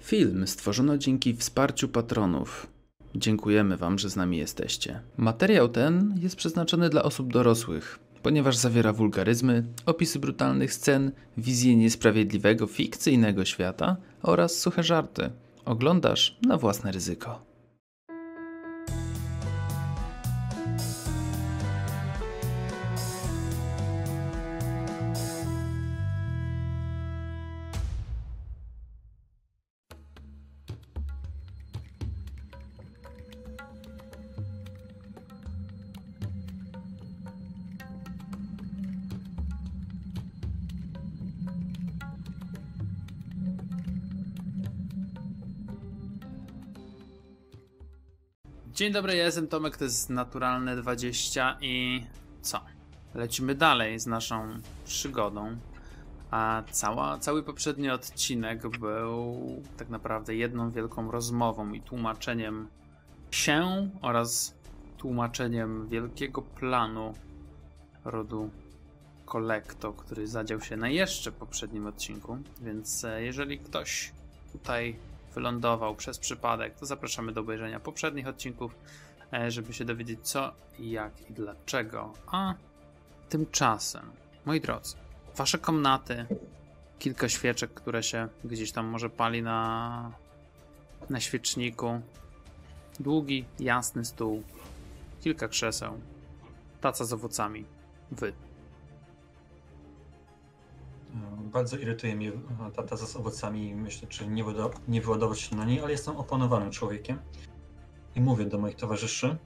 Film stworzono dzięki wsparciu patronów. Dziękujemy Wam, że z nami jesteście. Materiał ten jest przeznaczony dla osób dorosłych, ponieważ zawiera wulgaryzmy, opisy brutalnych scen, wizję niesprawiedliwego, fikcyjnego świata oraz suche żarty. Oglądasz na własne ryzyko. Dzień dobry, ja jestem Tomek, to jest Naturalne 20 i co? Lecimy dalej z naszą przygodą, a cały poprzedni odcinek był tak naprawdę jedną wielką rozmową i tłumaczeniem się oraz tłumaczeniem wielkiego planu rodu Kolekto, który zadział się na jeszcze poprzednim odcinku, więc jeżeli ktoś tutaj wylądował przez przypadek, to zapraszamy do obejrzenia poprzednich odcinków, żeby się dowiedzieć co, jak i dlaczego. A tymczasem, moi drodzy, wasze komnaty, kilka świeczek, które się gdzieś tam może pali na świeczniku, długi, jasny stół, kilka krzeseł, taca z owocami, wy. Bardzo irytuje mnie ta taza z owocami i myślę, czy nie wyładować się na niej, ale jestem opanowanym człowiekiem i mówię do moich towarzyszy,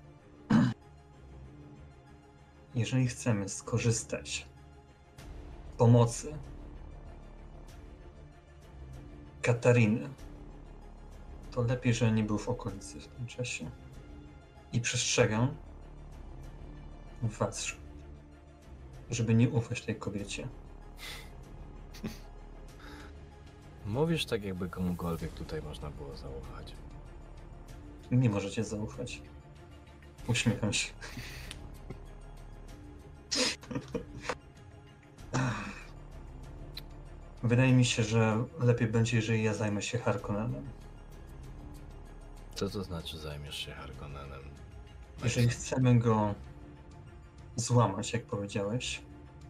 jeżeli chcemy skorzystać z pomocy Katariny, to lepiej, że nie był w okolicy w tym czasie. I przestrzegam was, żeby nie ufać tej kobiecie. Mówisz tak, jakby komukolwiek tutaj można było zaufać. Nie możecie zaufać. Uśmiecham się. Wydaje mi się, że lepiej będzie, jeżeli ja zajmę się Harkonnenem. Co to znaczy zajmiesz się Harkonnenem? Jeżeli chcemy go złamać, jak powiedziałeś,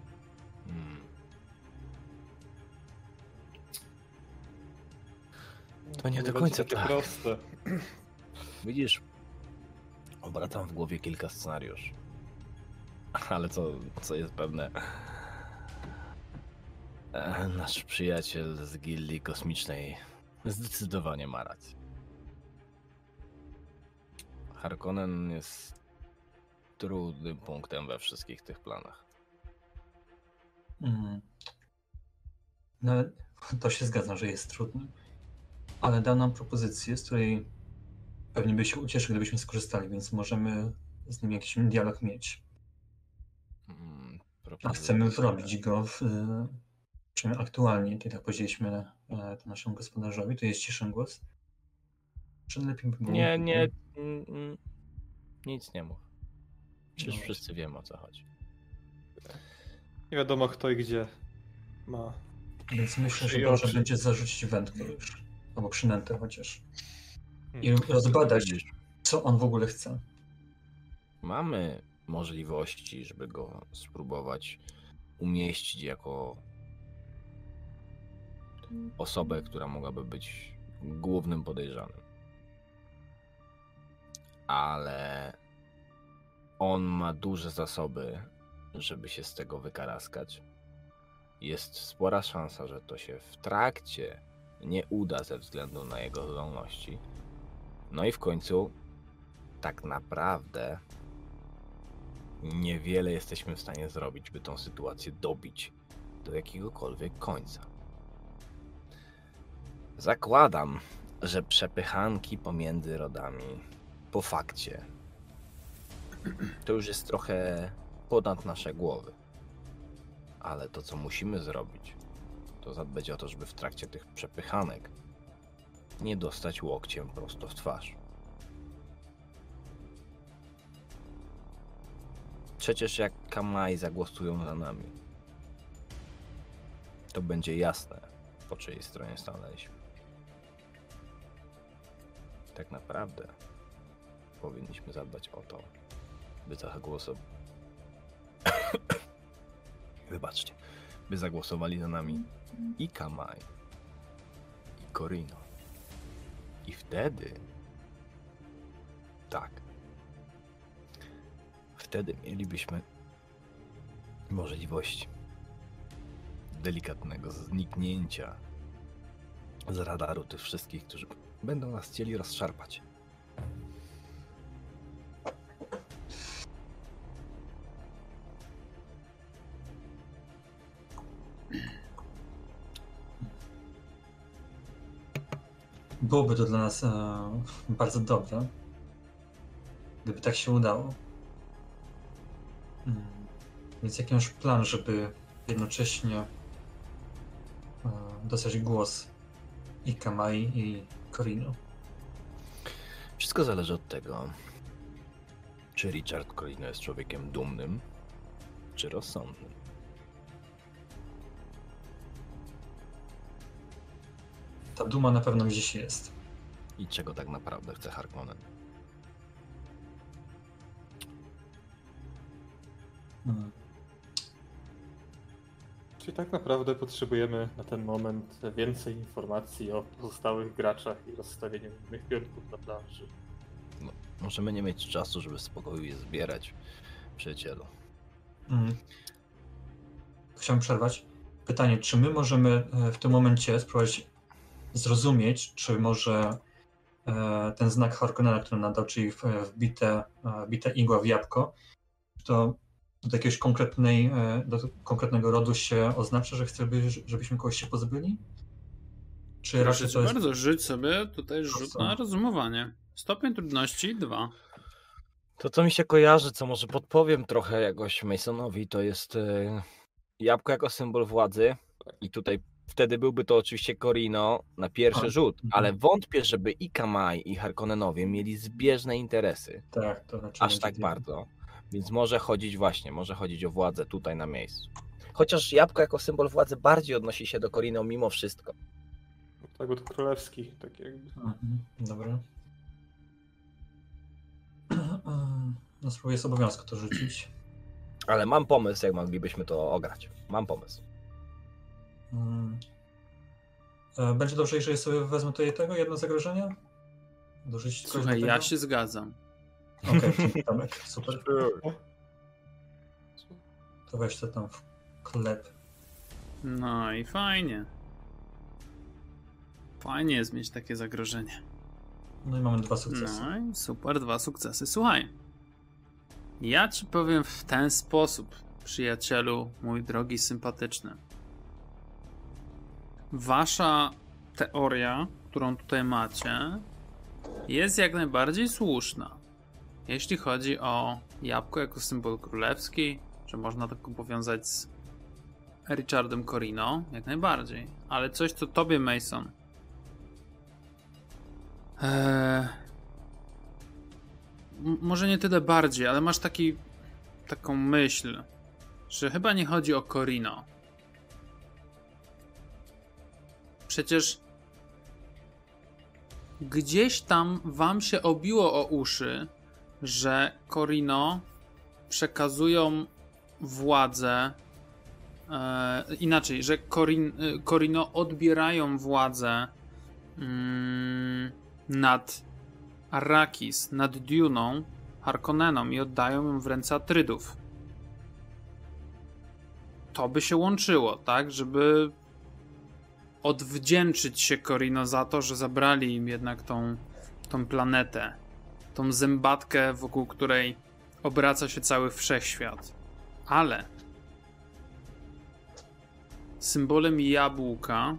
to nie do końca takie tak. proste. Widzisz, obracam w głowie kilka scenariuszy. Ale co jest pewne, nasz przyjaciel z Gildii Kosmicznej zdecydowanie ma rację. Harkonnen jest trudnym punktem we wszystkich tych planach. No, to się zgadzam, że jest trudny. Ale dał nam propozycję, z której pewnie by się ucieszył, gdybyśmy skorzystali, więc możemy z nim jakiś dialog mieć. A chcemy zrobić go przynajmniej aktualnie, tak jak powiedzieliśmy to naszemu gospodarzowi, to jest ciszy głos. Czy lepiej by było? Nie, nic nie mów. Przecież wszyscy wiemy, o co chodzi. Nie wiadomo kto i gdzie ma. Więc myślę, że dobrze będzie zarzucić wędkę już. Albo przynętę chociaż. I rozbadać, co on w ogóle chce. Mamy możliwości, żeby go spróbować umieścić jako osobę, która mogłaby być głównym podejrzanym. Ale on ma duże zasoby, żeby się z tego wykaraskać. Jest spora szansa, że to się w trakcie nie uda ze względu na jego zdolności. No i w końcu tak naprawdę niewiele jesteśmy w stanie zrobić, by tą sytuację dobić do jakiegokolwiek końca. Zakładam, że przepychanki pomiędzy rodami po fakcie to już jest trochę ponad nasze głowy. Ale to, co musimy zrobić, to zadbać o to, żeby w trakcie tych przepychanek nie dostać łokciem prosto w twarz. Przecież jak Kamai zagłosują za nami, to będzie jasne, po czyjej stronie stanęliśmy. Tak naprawdę powinniśmy zadbać o to, by zagłosować. Wybaczcie, by zagłosowali za nami i Kamai, i Corino. I wtedy, tak, wtedy mielibyśmy możliwość delikatnego zniknięcia z radaru tych wszystkich, którzy będą nas chcieli rozszarpać. Byłoby to dla nas bardzo dobre, gdyby tak się udało. Więc jaki masz plan, żeby jednocześnie dostać głos i Kamai, i Corino? Wszystko zależy od tego, czy Richard Corino jest człowiekiem dumnym, czy rozsądnym. Ta duma na pewno gdzieś jest. I czego tak naprawdę chce Harkonnen? Czyli tak naprawdę potrzebujemy na ten moment więcej informacji o pozostałych graczach i rozstawieniu innych pionków na planszy. No, możemy nie mieć czasu, żeby w spokoju je zbierać, przyjacielu. Chciałem przerwać. Pytanie, czy my możemy w tym momencie spróbować zrozumieć, czy może ten znak Harkonnena, który nadał, czyli wbite igła w jabłko, to do jakiegoś konkretnego rodu się oznacza, że chce, żebyśmy kogoś się pozbyli? Czy raczej to jest... bardzo, rzuć sobie tutaj rzut na rozumowanie. Stopień trudności 2. To, co mi się kojarzy, co może podpowiem trochę jakoś Masonowi, to jest jabłko jako symbol władzy i tutaj wtedy byłby to oczywiście Corino na pierwszy rzut, ale wątpię, żeby i Kamai, i Harkonnenowie mieli zbieżne interesy. Tak, to raczej aż tak bardzo. Więc może chodzić o władzę tutaj na miejscu. Chociaż jabłko jako symbol władzy bardziej odnosi się do Corino mimo wszystko. Tak, od królewski, tak jakby. Dobra. No spróbuję z obowiązku to rzucić. Ale mam pomysł, jak moglibyśmy to ograć. Mam pomysł. Będzie dobrze, jeżeli sobie wezmę tutaj jedno zagrożenie? Dorzucić coś Słuchaj, do ja tego? się zgadzam. Okej, dzięki Tomek, super. To weź to tam w klep. No i fajnie. Fajnie jest mieć takie zagrożenie. No i mamy 2 sukcesy. No i super, 2 sukcesy. Słuchaj, ja ci powiem w ten sposób, przyjacielu, mój drogi, sympatyczny. Wasza teoria, którą tutaj macie, jest jak najbardziej słuszna. Jeśli chodzi o jabłko jako symbol królewski, że można to powiązać z Richardem Corino, jak najbardziej. Ale coś, co tobie, Mason, może nie tyle bardziej, ale masz taką myśl, że chyba nie chodzi o Corino. Przecież gdzieś tam wam się obiło o uszy, że Corino przekazują władzę, inaczej, że Corino odbierają władzę nad Arrakis, nad Duną Harkonnenom i oddają ją w ręce Atrydów. To by się łączyło, tak? Żeby odwdzięczyć się Corino za to, że zabrali im jednak tą planetę, tą zębatkę, wokół której obraca się cały wszechświat. Ale symbolem jabłka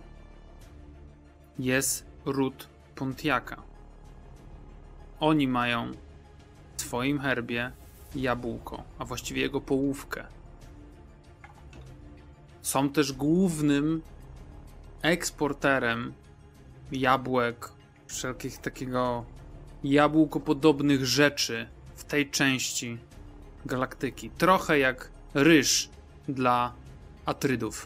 jest ród Pontiaka. Oni mają w swoim herbie jabłko, a właściwie jego połówkę. Są też głównym eksporterem jabłek, wszelkich takiego jabłkopodobnych rzeczy w tej części galaktyki. Trochę jak ryż dla Atrydów.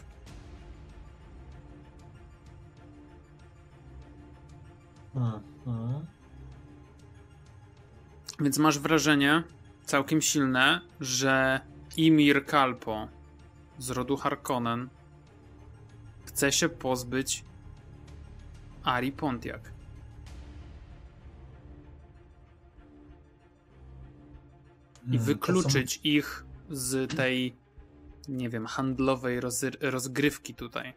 Więc masz wrażenie całkiem silne, że Ymir Kalpo z rodu Harkonnen chce się pozbyć Ari Pontiac. I wykluczyć ich z tej, nie wiem, handlowej rozgrywki tutaj.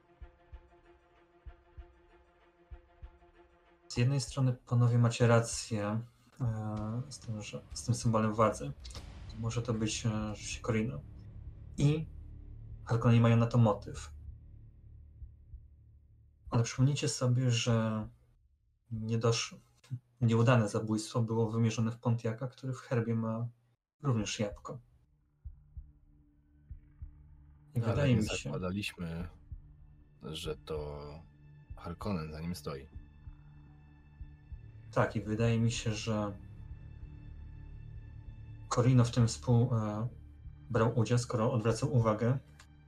Z jednej strony panowie macie rację z tym symbolem władzy. Może to być Corina. I Harkonneni mają na to motyw. Ale przypomnijcie sobie, że nieudane zabójstwo było wymierzone w Pontiaca, który w herbie ma również jabłko. I Ale wydaje nie mi się... zakładaliśmy, że to Harkonnen za nim stoi. Tak, i wydaje mi się, że Corino w tym brał udział, skoro odwracał uwagę.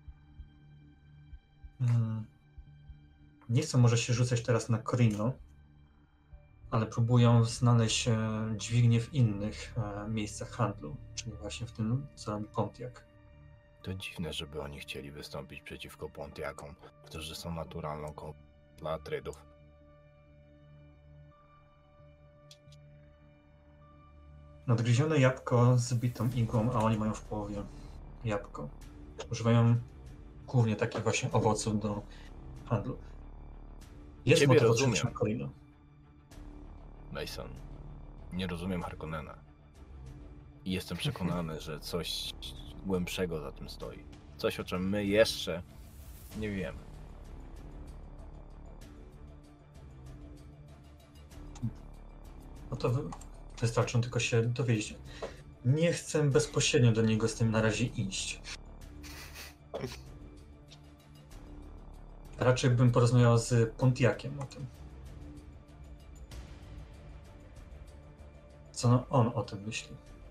Nie chcę może się rzucać teraz na Corino, ale próbują znaleźć dźwignię w innych miejscach handlu, czyli właśnie w tym, co robi Pontiac. To dziwne, żeby oni chcieli wystąpić przeciwko Pontiacom, którzy są naturalną dla trade'ów. Nadgryzione jabłko z bitą igłą, a oni mają w połowie jabłko. Używają głównie takich właśnie owoców do handlu. Jest Ciebie motyw rozumiem. oczywiście Corino. Mason, nie rozumiem Harkonnena. I jestem przekonany, że coś głębszego za tym stoi. Coś, o czym my jeszcze nie wiemy. No to wystarczą tylko się dowiedzieć. Nie chcę bezpośrednio do niego z tym na razie iść. Raczej bym porozmawiał z Pontiaciem o tym. Co on o tym myśli.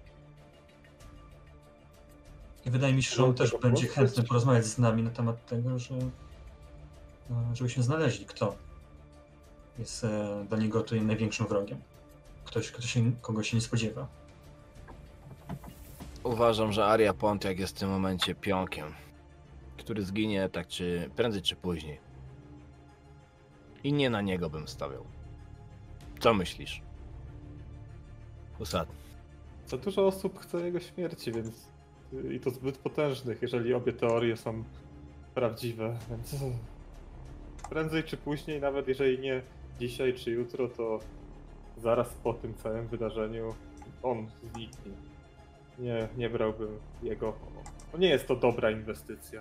I wydaje mi się, że on też będzie chętny porozmawiać z nami na temat tego, żebyśmy znaleźli, kto jest dla niego tutaj największym wrogiem. Ktoś, kogo się nie spodziewa. Uważam, że Arya Pontiac jest w tym momencie pionkiem, który zginie tak czy prędzej czy później. I nie na niego bym stawiał. Co myślisz? Usad. Za dużo osób chce jego śmierci, więc i to zbyt potężnych, jeżeli obie teorie są prawdziwe, więc prędzej czy później, nawet jeżeli nie dzisiaj czy jutro, to zaraz po tym całym wydarzeniu on zniknie. Nie brałbym jego. No nie jest to dobra inwestycja.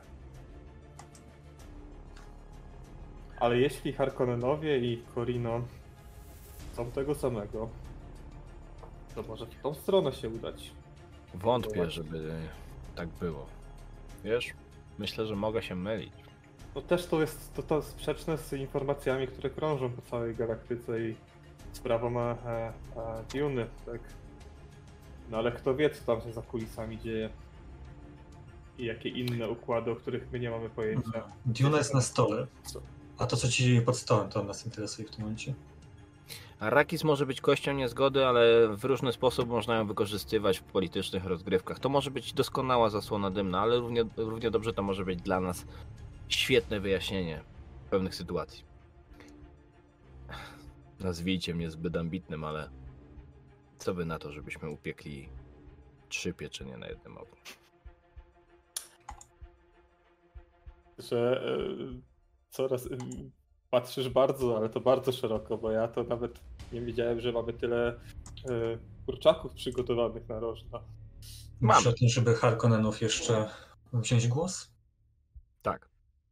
Ale jeśli Harkonnenowie i Corino są tego samego, to może w tą stronę się udać. Wątpię, żeby tak było. Wiesz? Myślę, że mogę się mylić. No też to jest to sprzeczne z informacjami, które krążą po całej galaktyce i sprawą Duny, tak? No ale kto wie, co tam się za kulisami dzieje i jakie inne układy, o których my nie mamy pojęcia. Duna jest na stole, a to, co ci dzieje pod stołem, to nas interesuje w tym momencie. Arrakis może być kością niezgody, ale w różny sposób można ją wykorzystywać w politycznych rozgrywkach. To może być doskonała zasłona dymna, ale równie dobrze to może być dla nas świetne wyjaśnienie pewnych sytuacji. Nazwijcie mnie zbyt ambitnym, ale co wy na to, żebyśmy upiekli 3 pieczenie na jednym ogniu? Że coraz patrzysz bardzo, ale to bardzo szeroko, bo ja to nawet nie wiedziałem, że mamy tyle kurczaków przygotowanych na rożna. Myślę o tym, żeby Harkonnenów jeszcze wziąć głos? Tak.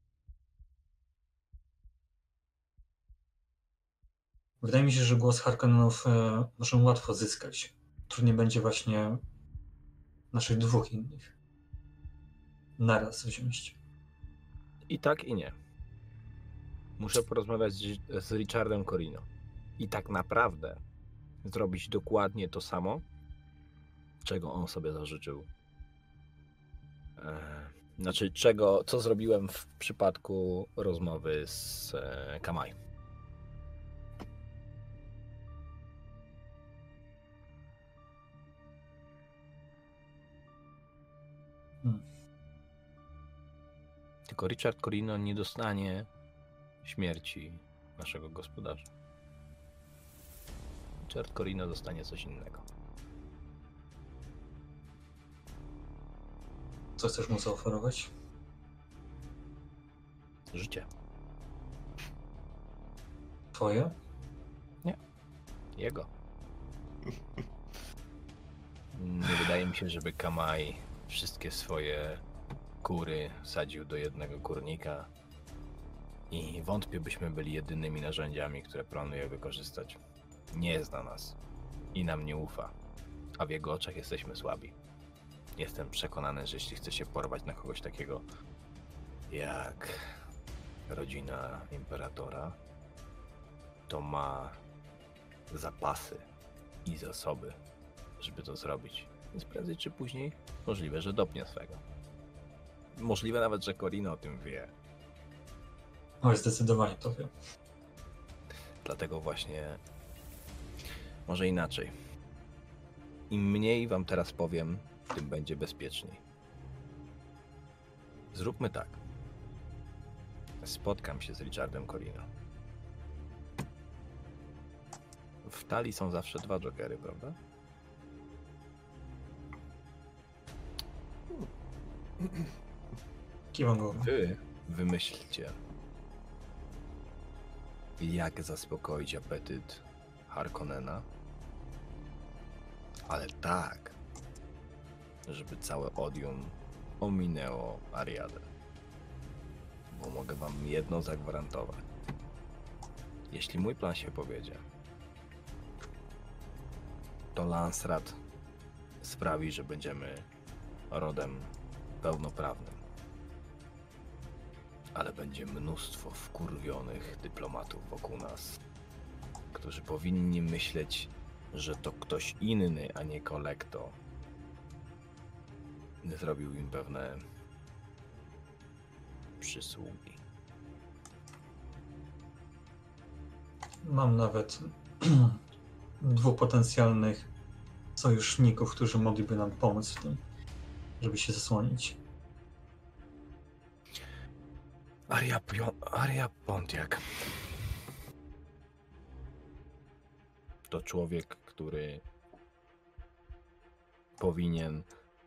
Wydaje mi się, że głos Harkonnenów możemy łatwo zyskać. Trudniej będzie właśnie naszych dwóch innych naraz wziąć. I tak, i nie. Muszę porozmawiać z Richardem Corino. I tak naprawdę zrobić dokładnie to samo, czego on sobie zażyczył. Znaczy, co zrobiłem w przypadku rozmowy z Kamai. Tylko Richard Corino nie dostanie śmierci naszego gospodarza. Richard Corino dostanie coś innego. Co chcesz mu zaoferować? Życie. Twoje? Jego. Nie wydaje mi się, żeby Kamai wszystkie swoje kury sadził do jednego kurnika i wątpię, byśmy byli jedynymi narzędziami, które planuje wykorzystać. Nie zna nas i nam nie ufa, a w jego oczach jesteśmy słabi. Jestem przekonany, że jeśli chce się porwać na kogoś takiego jak rodzina imperatora, to ma zapasy i zasoby, żeby to zrobić. Więc prędzej czy później możliwe, że dopnie swego. Możliwe nawet, że Corino o tym wie. Oj, zdecydowanie to wiem. Dlatego właśnie może inaczej. Im mniej wam teraz powiem, tym będzie bezpieczniej. Zróbmy tak. Spotkam się z Richardem Corino. W talii są zawsze 2 jokery, prawda? Kiwam go. Wy wymyślcie, jak zaspokoić apetyt Harkonnena, ale tak, żeby całe odium ominęło Ariadę. Bo mogę wam jedno zagwarantować. Jeśli mój plan się powiedzie, to Lansrat sprawi, że będziemy rodem pełnoprawnym. Ale będzie mnóstwo wkurwionych dyplomatów wokół nas, którzy powinni myśleć, że to ktoś inny, a nie Kolekto zrobił im pewne przysługi. Mam nawet 2 potencjalnych sojuszników, którzy mogliby nam pomóc w tym, żeby się zasłonić. Arya Pontiac to człowiek, który powinien...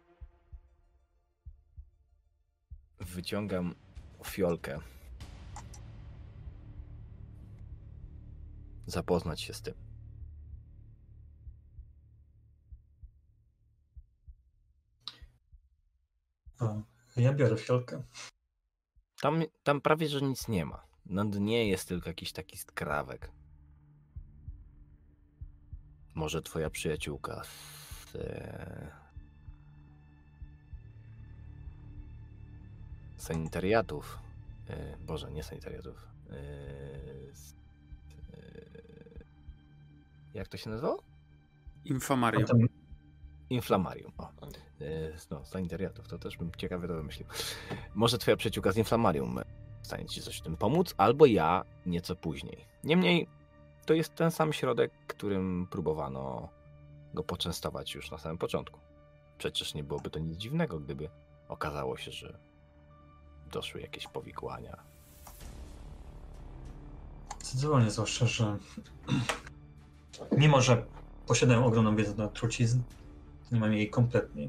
Wyciągam fiolkę. Zapoznać się z tym. O, ja biorę fiolkę. Tam prawie, że nic nie ma. Na dnie jest tylko jakiś taki skrawek. Może twoja przyjaciółka z sanitariatów. Boże, nie sanitariatów. Jak to się nazywało? Infomarium. Potem Inflamarium. O. No, sanitariatów, to też bym ciekawie to wymyślił. Może twoja przyjaciółka z Inflamarium w stanie ci coś w tym pomóc, albo ja nieco później. Niemniej to jest ten sam środek, którym próbowano go poczęstować już na samym początku. Przecież nie byłoby to nic dziwnego, gdyby okazało się, że doszły jakieś powikłania. Zdecydowanie, zwłaszcza, że mimo, że posiadają ogromną wiedzę na trucizn, nie mam jej kompletnie.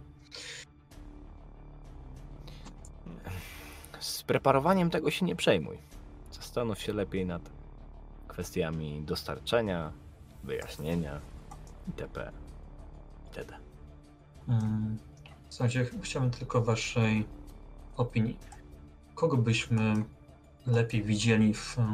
Z preparowaniem tego się nie przejmuj. Zastanów się lepiej nad kwestiami dostarczenia, wyjaśnienia itp. itd. Słuchajcie, chciałbym tylko waszej opinii. Kogo byśmy lepiej widzieli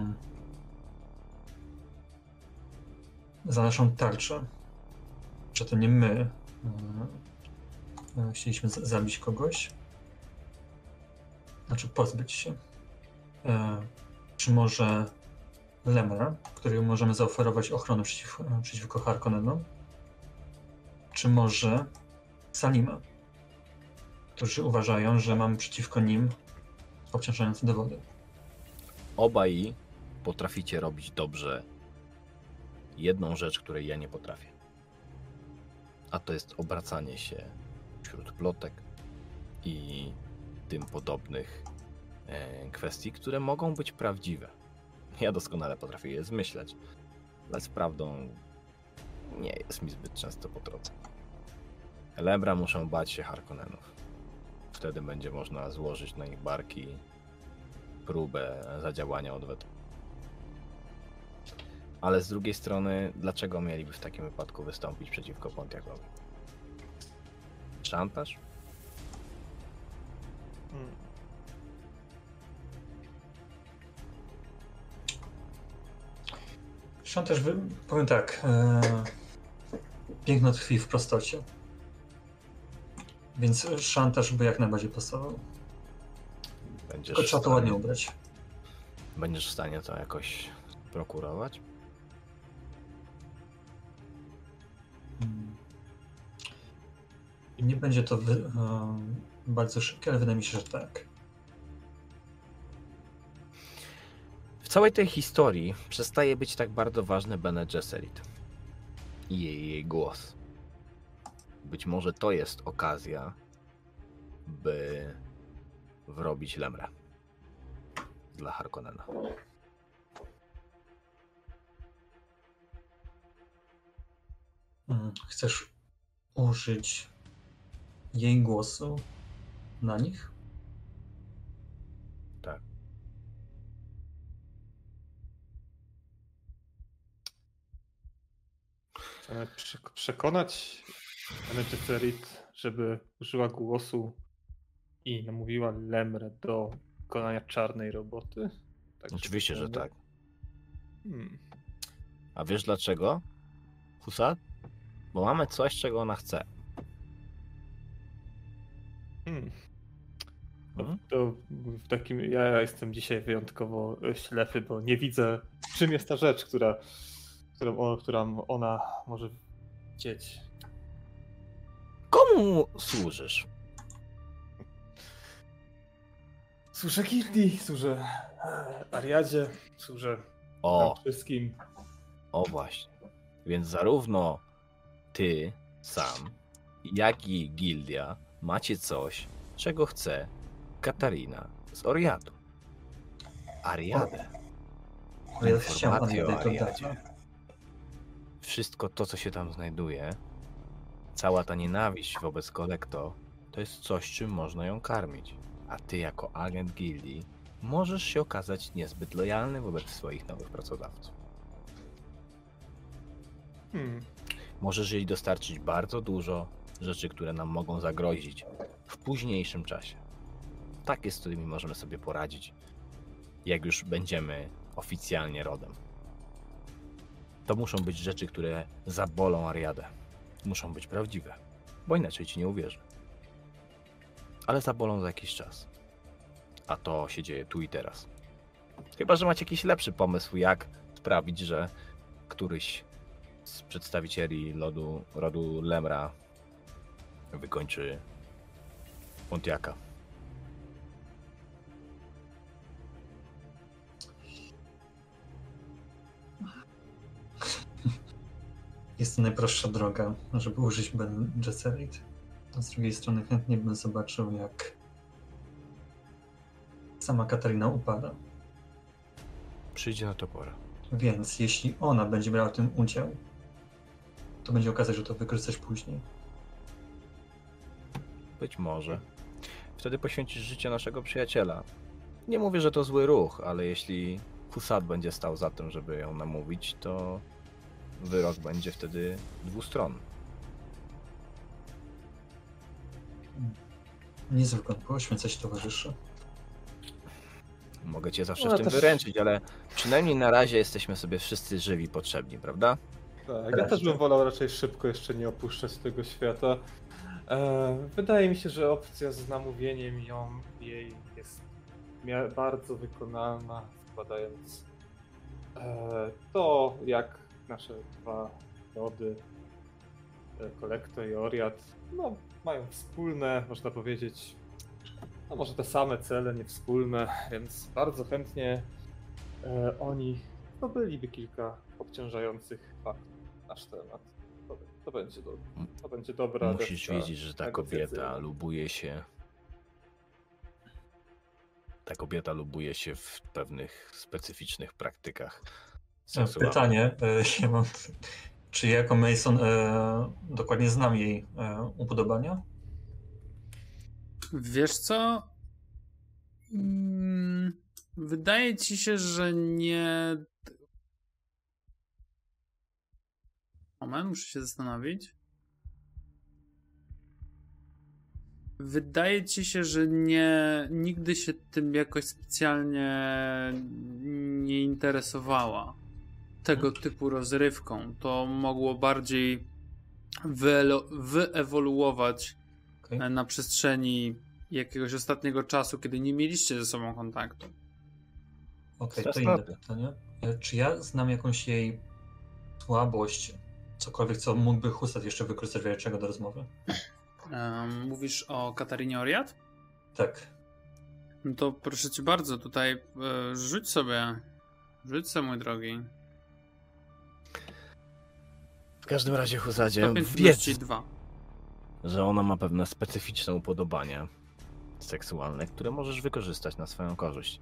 za naszą tarczę? Czy to nie my chcieliśmy zabić kogoś? Znaczy pozbyć się. Czy może Lemra, któremu możemy zaoferować ochronę przeciwko Harkonnenom? Czy może Salima, którzy uważają, że mamy przeciwko nim obciążające dowody? Obaj potraficie robić dobrze jedną rzecz, której ja nie potrafię. A to jest obracanie się wśród plotek i tym podobnych kwestii, które mogą być prawdziwe. Ja doskonale potrafię je zmyślać, ale z prawdą nie jest mi zbyt często po drodze. Lemra muszą bać się Harkonnenów. Wtedy będzie można złożyć na ich barki próbę zadziałania odwetu. Ale z drugiej strony, dlaczego mieliby w takim wypadku wystąpić przeciwko Pontiacowi? Szantaż? Szantaż, powiem tak, piękno tkwi w prostocie. Więc szantaż by jak najbardziej pasował. Tylko trzeba to ładnie ubrać. Będziesz w stanie to jakoś prokurować? Nie będzie to bardzo szybkie, ale wydaje mi się, że tak. W całej tej historii przestaje być tak bardzo ważny Bene Gesserit i jej głos. Być może to jest okazja, by wrobić Lemrę dla Harkonnena. Chcesz użyć jej głosu na nich? Tak. Chcemy przekonać Bene Gesserit, żeby użyła głosu i namówiła Lemrę do wykonania czarnej roboty? Tak, Oczywiście, że tak. Hmm. A wiesz dlaczego, Husat? Bo mamy coś, czego ona chce. To w takim, ja jestem dzisiaj wyjątkowo ślepy, bo nie widzę, czym jest ta rzecz, którą ona może chcieć. Komu służysz? Służę gildii, służę Ariadzie, służę nam wszystkim. O właśnie. Więc zarówno ty sam, jak i gildia macie coś, czego chce Katarina z Oriadu. Ariadę. Ale ja chciałem Informacje o Ariadę. Ariadzie. Wszystko to, co się tam znajduje, cała ta nienawiść wobec Kolekto, to jest coś, czym można ją karmić. A ty jako agent gildii możesz się okazać niezbyt lojalny wobec swoich nowych pracodawców. Możesz jej dostarczyć bardzo dużo rzeczy, które nam mogą zagrozić w późniejszym czasie. Takie, z którymi możemy sobie poradzić, jak już będziemy oficjalnie rodem. To muszą być rzeczy, które zabolą Ariadę. Muszą być prawdziwe, bo inaczej ci nie uwierzę. Ale zabolą za jakiś czas. A to się dzieje tu i teraz. Chyba że macie jakiś lepszy pomysł, jak sprawić, że któryś z przedstawicieli rodu Lemra wykończy Pontiaca. Jest to najprostsza droga, żeby użyć Bene Gesserit. A z drugiej strony chętnie bym zobaczył, jak sama Katarina upada. Przyjdzie na to pora. Więc jeśli ona będzie brała w tym udział, to będzie okazja, że to wykorzystać później. Być może. Wtedy poświęcisz życie naszego przyjaciela. Nie mówię, że to zły ruch, ale jeśli Husat będzie stał za tym, żeby ją namówić, to wyrok będzie wtedy dwustronny. Niezwykle poświęcać towarzyszy. Mogę cię zawsze w tym wyręczyć, ale przynajmniej na razie jesteśmy sobie wszyscy żywi potrzebni, prawda? Tak, ja też bym wolał raczej szybko jeszcze nie opuszczać tego świata. Wydaje mi się, że opcja z namówieniem jej jest bardzo wykonalna, składając to, jak nasze dwa rody, Kolekto i Oriad, no, mają wspólne, można powiedzieć, no może te same cele, nie wspólne, więc bardzo chętnie oni zdobyliby kilka obciążających faktów na nasz temat. To będzie dobra. Musisz wiedzieć, że ta kobieta lubuje się Ta kobieta lubuje się w pewnych specyficznych praktykach seksualnych. Pytanie, ja mam, czy ja jako Mason dokładnie znam jej upodobania? Wiesz co? Wydaje ci się, że nie... Moment, muszę się zastanowić. Wydaje ci się, że nigdy się tym jakoś specjalnie nie interesowała. Tego typu rozrywką. To mogło bardziej wyewoluować Okay. na przestrzeni jakiegoś ostatniego czasu, kiedy nie mieliście ze sobą kontaktu. Okej, to inne pytanie. Czy ja znam jakąś jej słabość, cokolwiek, co mógłby Husat jeszcze wykorzystać w razie czego do rozmowy? Mówisz o Katarinie Oriat? Tak. No to proszę cię bardzo, tutaj rzuć sobie, mój drogi. W każdym razie, Husadzie, Stopień wiedz, trudności 2. że ona ma pewne specyficzne upodobania seksualne, które możesz wykorzystać na swoją korzyść.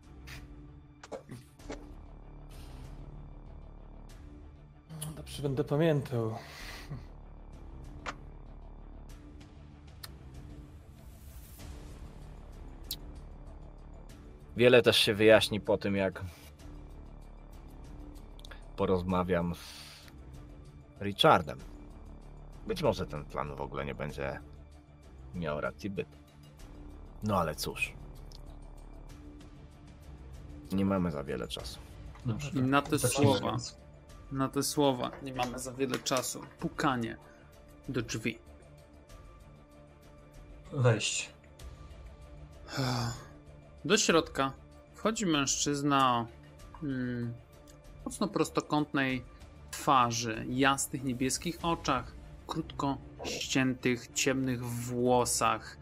Dobrze, będę pamiętał. Wiele też się wyjaśni po tym, jak porozmawiam z Richardem. Być może ten plan w ogóle nie będzie miał racji bytu. No ale cóż. Nie mamy za wiele czasu. Dobrze. I na te Zacznijmy słowa, więc. nie mamy za wiele czasu. Pukanie do drzwi. Wejść. Do środka wchodzi mężczyzna o mocno prostokątnej twarzy, jasnych niebieskich oczach, krótko ściętych, ciemnych włosach.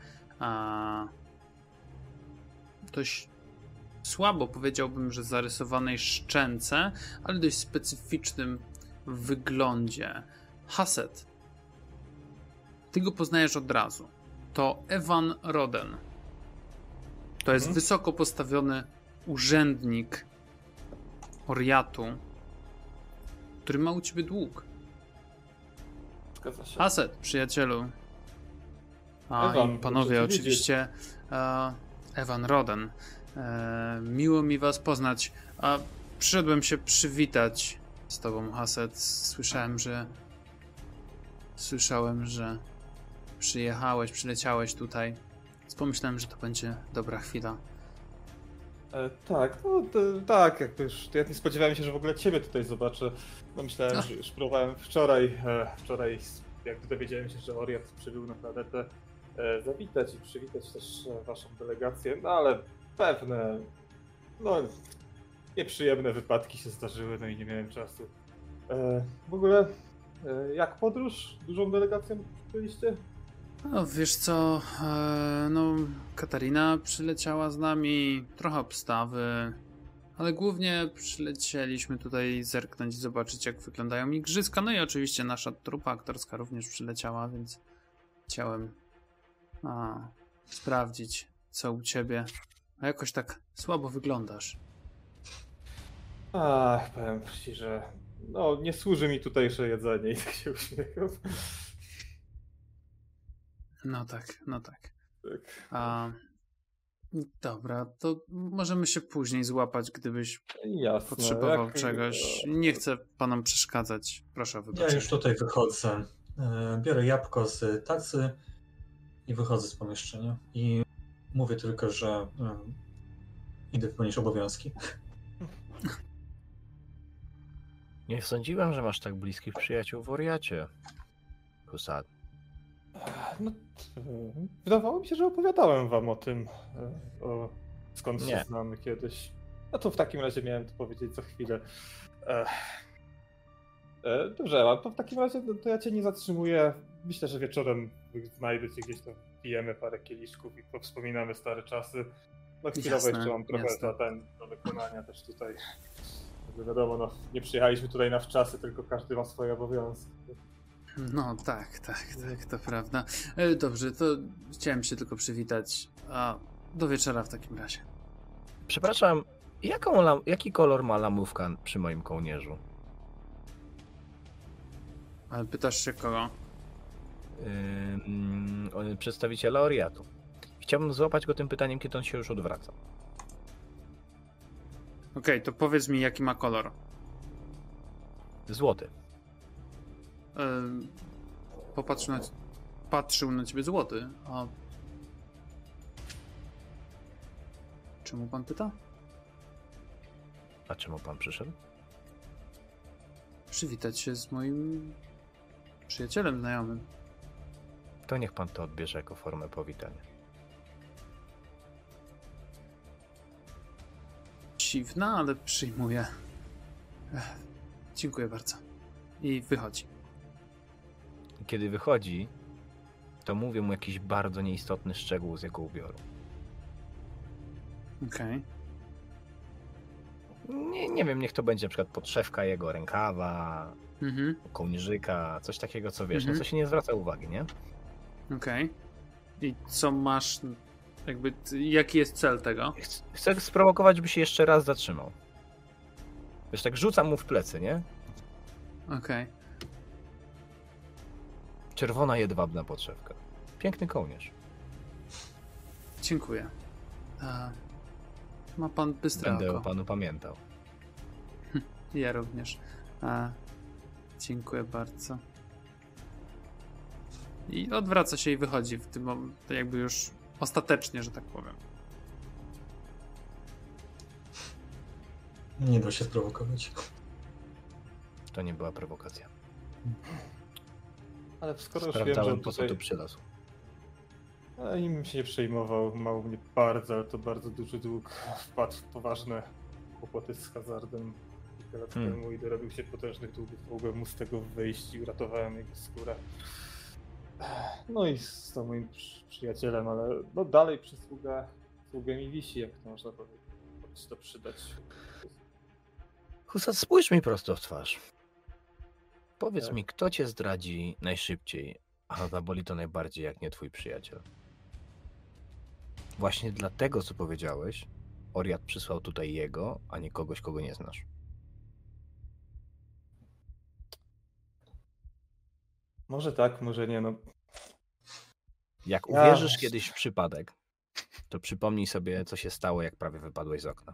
Dość słabo powiedziałbym, że zarysowanej szczęce, ale dość specyficznym wyglądzie. Haset. Ty go poznajesz od razu. To Evan Roden. To jest wysoko postawiony urzędnik Oriatu, który ma u ciebie dług. Zgadza się. Haset, przyjacielu. Evan, I panowie dobrze cię oczywiście. Evan Roden. Miło mi was poznać. Przyszedłem się przywitać z tobą, Haset. Słyszałem, że przyleciałeś tutaj. Więc pomyślałem, że to będzie dobra chwila. Tak, no tak, jakby już ja nie spodziewałem się, że w ogóle ciebie tutaj zobaczę. No myślałem, że już próbowałem wczoraj, jak dowiedziałem się, że Oriat przybył na planetę, zawitać i przywitać też waszą delegację, no ale pewne, no nieprzyjemne wypadki się zdarzyły, no i nie miałem czasu. W ogóle, jak podróż? Dużą delegacją byliście? No wiesz co, no Katarina przyleciała z nami, trochę obstawy, ale głównie przylecieliśmy tutaj zerknąć i zobaczyć, jak wyglądają igrzyska. No i oczywiście nasza trupa aktorska również przyleciała, więc chciałem sprawdzić, co u ciebie. A jakoś tak słabo wyglądasz. Powiem ci, że no nie służy mi tutejsze jedzenie i tak się uśmiecham. No tak. Tak. Dobra, to możemy się później złapać, gdybyś Jasne. potrzebował czegoś. Nie chcę panom przeszkadzać. Proszę o wybaczenie. Ja już tutaj wychodzę. Biorę jabłko z tacy i wychodzę z pomieszczenia. I mówię tylko, że idę wypełnić obowiązki. Nie sądziłem, że masz tak bliskich przyjaciół w Oriacie. Husat. No, wydawało mi się, że opowiadałem wam o tym, skąd się znamy kiedyś. No to w takim razie miałem to powiedzieć za chwilę. Dobrze, a to w takim razie to ja cię nie zatrzymuję. Myślę, że wieczorem znajdę cię gdzieś tam, pijemy parę kieliszków i powspominamy stare czasy. No chwilowo jeszcze mam trochę zadań do wykonania też tutaj. Wiadomo, no, nie przyjechaliśmy tutaj na wczasy, tylko każdy ma swoje obowiązki. No tak, to prawda. Dobrze, to chciałem się tylko przywitać. A do wieczora w takim razie. Przepraszam, jaki kolor ma lamówka przy moim kołnierzu? Ale pytasz się kogo? Przedstawiciela Oriatu. Chciałbym złapać go tym pytaniem, kiedy on się już odwraca. Okej, to powiedz mi, jaki ma kolor. Złoty. Patrzył na ciebie złoty, a... Czemu pan pyta? A czemu pan przyszedł? Przywitać się z moim przyjacielem, znajomym. To niech pan to odbierze jako formę powitania. Dziwna, ale przyjmuję. Dziękuję bardzo. I wychodzi. Kiedy wychodzi, to mówię mu jakiś bardzo nieistotny szczegół z jego ubioru. Okej. Nie wiem, niech to będzie na przykład podszewka jego rękawa, Mhm. kołnierzyka, coś takiego, co wiesz, Mhm. no co się nie zwraca uwagi, nie? Okej. I co masz... Jakby... Jaki jest cel tego? Chcę sprowokować, żeby się jeszcze raz zatrzymał. Wiesz, tak rzucam mu w plecy, nie? Okej. Czerwona jedwabna podszewka. Piękny kołnierz. Dziękuję. Ma pan bystre Będę o oko. panu pamiętał. Ja również. Dziękuję bardzo. I odwraca się i wychodzi w tym momencie, jakby już ostatecznie, że tak powiem. Nie da się sprowokować. To nie była prowokacja. Ale skoro już wiem, że Sprawdzałem, on po co tutaj... tu przylazł. A nim bym się nie przejmował, mał mnie bardzo, ale to bardzo duży dług. Wpadł w poważne kłopoty z hazardem kilka lat temu i dorobił się potężnych długów. Mogłem mu z tego wyjść i uratowałem jego skórę. No i z tą moim przyjacielem, ale no dalej przysługę mi wisi, jak to można powiedzieć. Mogę się to przydać. Husat, spójrz mi prosto w twarz. Powiedz Tak. mi, kto cię zdradzi najszybciej, a zaboli to najbardziej, jak nie twój przyjaciel. Właśnie dlatego, co powiedziałeś, Oriat przysłał tutaj jego, a nie kogoś, kogo nie znasz. Może tak, może nie, no. Jak Ja- uwierzysz kiedyś w przypadek, to przypomnij sobie, co się stało, jak prawie wypadłeś z okna.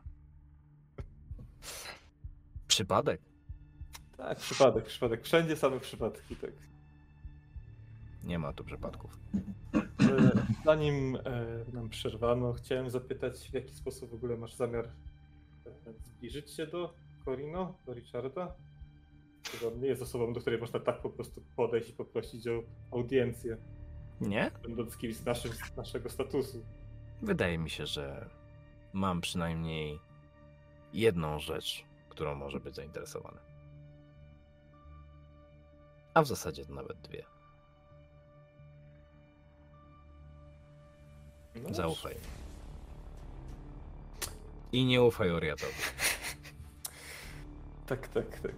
Przypadek? Tak, przypadek. Wszędzie same przypadki, tak. Nie ma tu przypadków. Zanim nam przerwano, chciałem zapytać, w jaki sposób w ogóle masz zamiar zbliżyć się do Corino, do Richarda? Czy on nie jest osobą, do której można tak po prostu podejść i poprosić o audiencję, Nie? będąc kimś z naszego statusu. Wydaje mi się, że mam przynajmniej jedną rzecz, którą może być zainteresowany. A w zasadzie to nawet dwie. No, Zaufaj. I nie ufaj Oriatowi. Tak.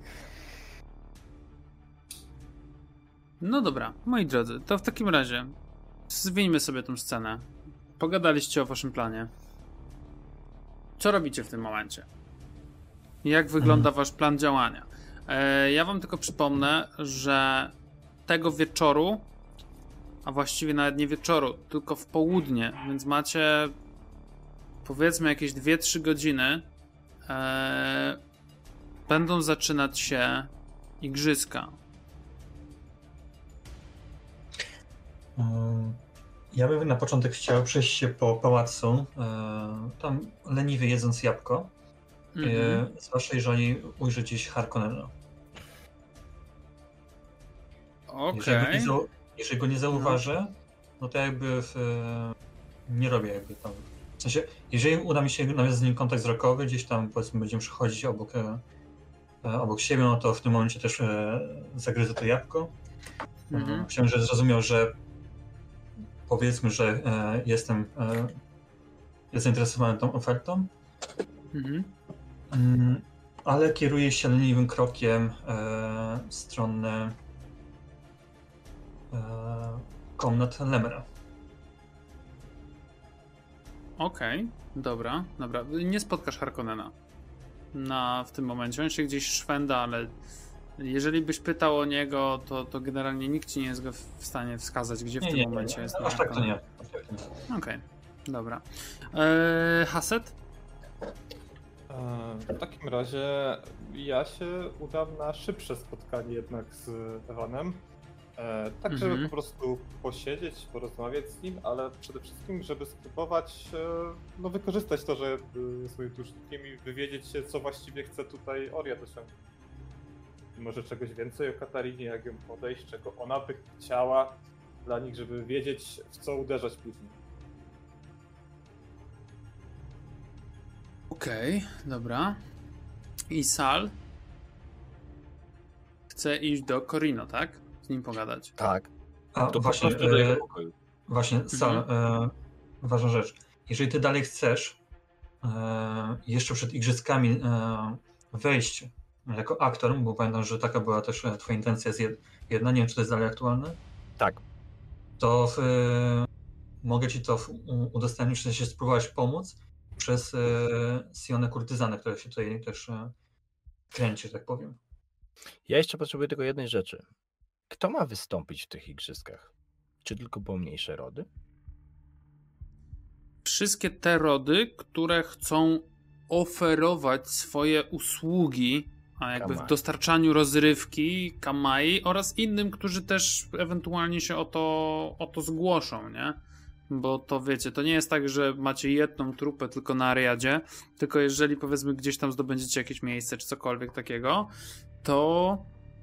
No dobra, moi drodzy, to w takim razie zwieńmy sobie tą scenę. Pogadaliście o waszym planie. Co robicie w tym momencie? Jak wygląda wasz plan działania? Ja wam tylko przypomnę, że tego wieczoru, a właściwie nawet nie wieczoru, tylko w południe, więc macie powiedzmy jakieś 2-3 godziny, będą zaczynać się igrzyska. Ja bym na początek chciał przejść się po pałacu, tam leniwie jedząc jabłko, zwłaszcza jeżeli ujrzę gdzieś Harkonnena. Okej. Jeżeli go nie zauważę, no to jakby nie robię jakby tam. W sensie, jeżeli uda mi się nawiązać z nim kontakt wzrokowy, gdzieś tam powiedzmy będziemy przechodzić obok siebie, no to w tym momencie też zagryzę to jabłko. Chciałem, żeby zrozumiał, że powiedzmy, że jestem zainteresowany tą ofertą, ale kieruję się leniwym krokiem w stronę komnat Lemera. Okej, dobra. Nie spotkasz Harkonnena w tym momencie. On się gdzieś szwenda, ale jeżeli byś pytał o niego, to generalnie nikt ci nie jest go w stanie wskazać, gdzie w tym momencie jest. Aż tak to nie. Okej, dobra. Haset? W takim razie ja się udam na szybsze spotkanie jednak z Evanem. Tak, żeby po prostu posiedzieć, porozmawiać z nim, ale przede wszystkim, żeby spróbować wykorzystać to, że swoim dłużnikiem i wywiedzieć się, co właściwie chce tutaj Oria dosiągnąć. Może czegoś więcej o Katarinie, jak ją podejść, czego ona by chciała dla nich, żeby wiedzieć, w co uderzać później. Okej, dobra. I Sal chce iść do Corino, tak? Z nim pogadać. Tak. A To właśnie, po prostu do jego pokoju. właśnie Sal, ważna rzecz. Jeżeli ty dalej chcesz jeszcze przed igrzyskami wejść jako aktor, bo pamiętam, że taka była też twoja intencja jedna, nie wiem, czy to jest dalej aktualne, Tak. to mogę ci to udostępnić, że się spróbować pomóc przez Sionę kurtyzanę, która się tutaj też kręci, że tak powiem. Ja jeszcze potrzebuję tylko jednej rzeczy. Kto ma wystąpić w tych igrzyskach? Czy tylko pomniejsze rody? Wszystkie te rody, które chcą oferować swoje usługi, a jakby w dostarczaniu rozrywki Kamai oraz innym, którzy też ewentualnie się o to zgłoszą, nie? Bo to wiecie, to nie jest tak, że macie jedną trupę tylko na Ariadzie, tylko jeżeli powiedzmy gdzieś tam zdobędziecie jakieś miejsce czy cokolwiek takiego, to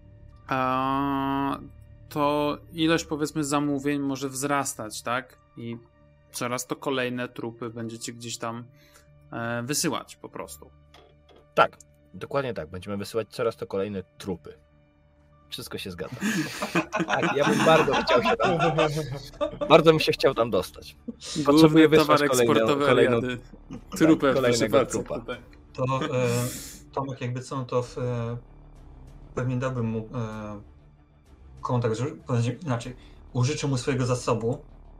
ilość powiedzmy zamówień może wzrastać, tak? I coraz to kolejne trupy będziecie gdzieś tam wysyłać po prostu. Tak, dokładnie tak. Będziemy wysyłać coraz to kolejne trupy. Wszystko się zgadza. Tak, ja bym bardzo chciał się tam... Bardzo bym się chciał tam dostać. Potrzebuję wysłać kolejną trupę kolejnego trupa. To Tomek, jakby co, to pewnie dałbym mu kontakt, że inaczej, użyczę mu swojego zasobu,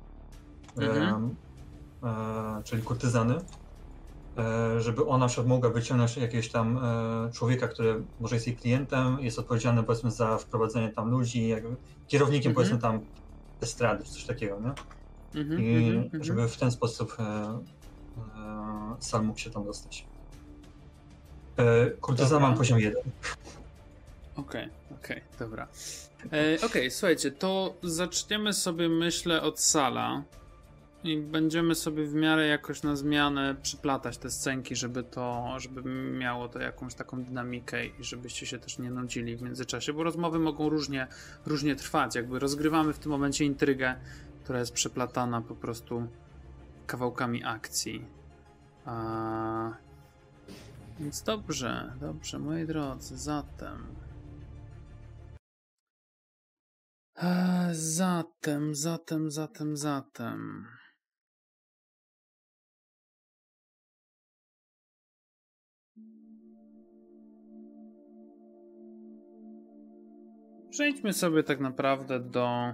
czyli kurtyzany, żeby ona na przykład mogła wyciągnąć jakiegoś tam człowieka, który może jest jej klientem, jest odpowiedzialny powiedzmy za wprowadzenie tam ludzi, jakby kierownikiem powiedzmy tam estrady, czy coś takiego, nie? I żeby w ten sposób Sal mógł się tam dostać. Kurtyzana mam poziom 1. Okej, dobra. Okej, słuchajcie, to zaczniemy sobie, myślę, od Sala i będziemy sobie w miarę jakoś na zmianę przyplatać te scenki, żeby miało to jakąś taką dynamikę i żebyście się też nie nudzili w międzyczasie, bo rozmowy mogą różnie trwać, jakby rozgrywamy w tym momencie intrygę, która jest przeplatana po prostu kawałkami akcji. Więc dobrze, moi drodzy, zatem przejdźmy sobie tak naprawdę do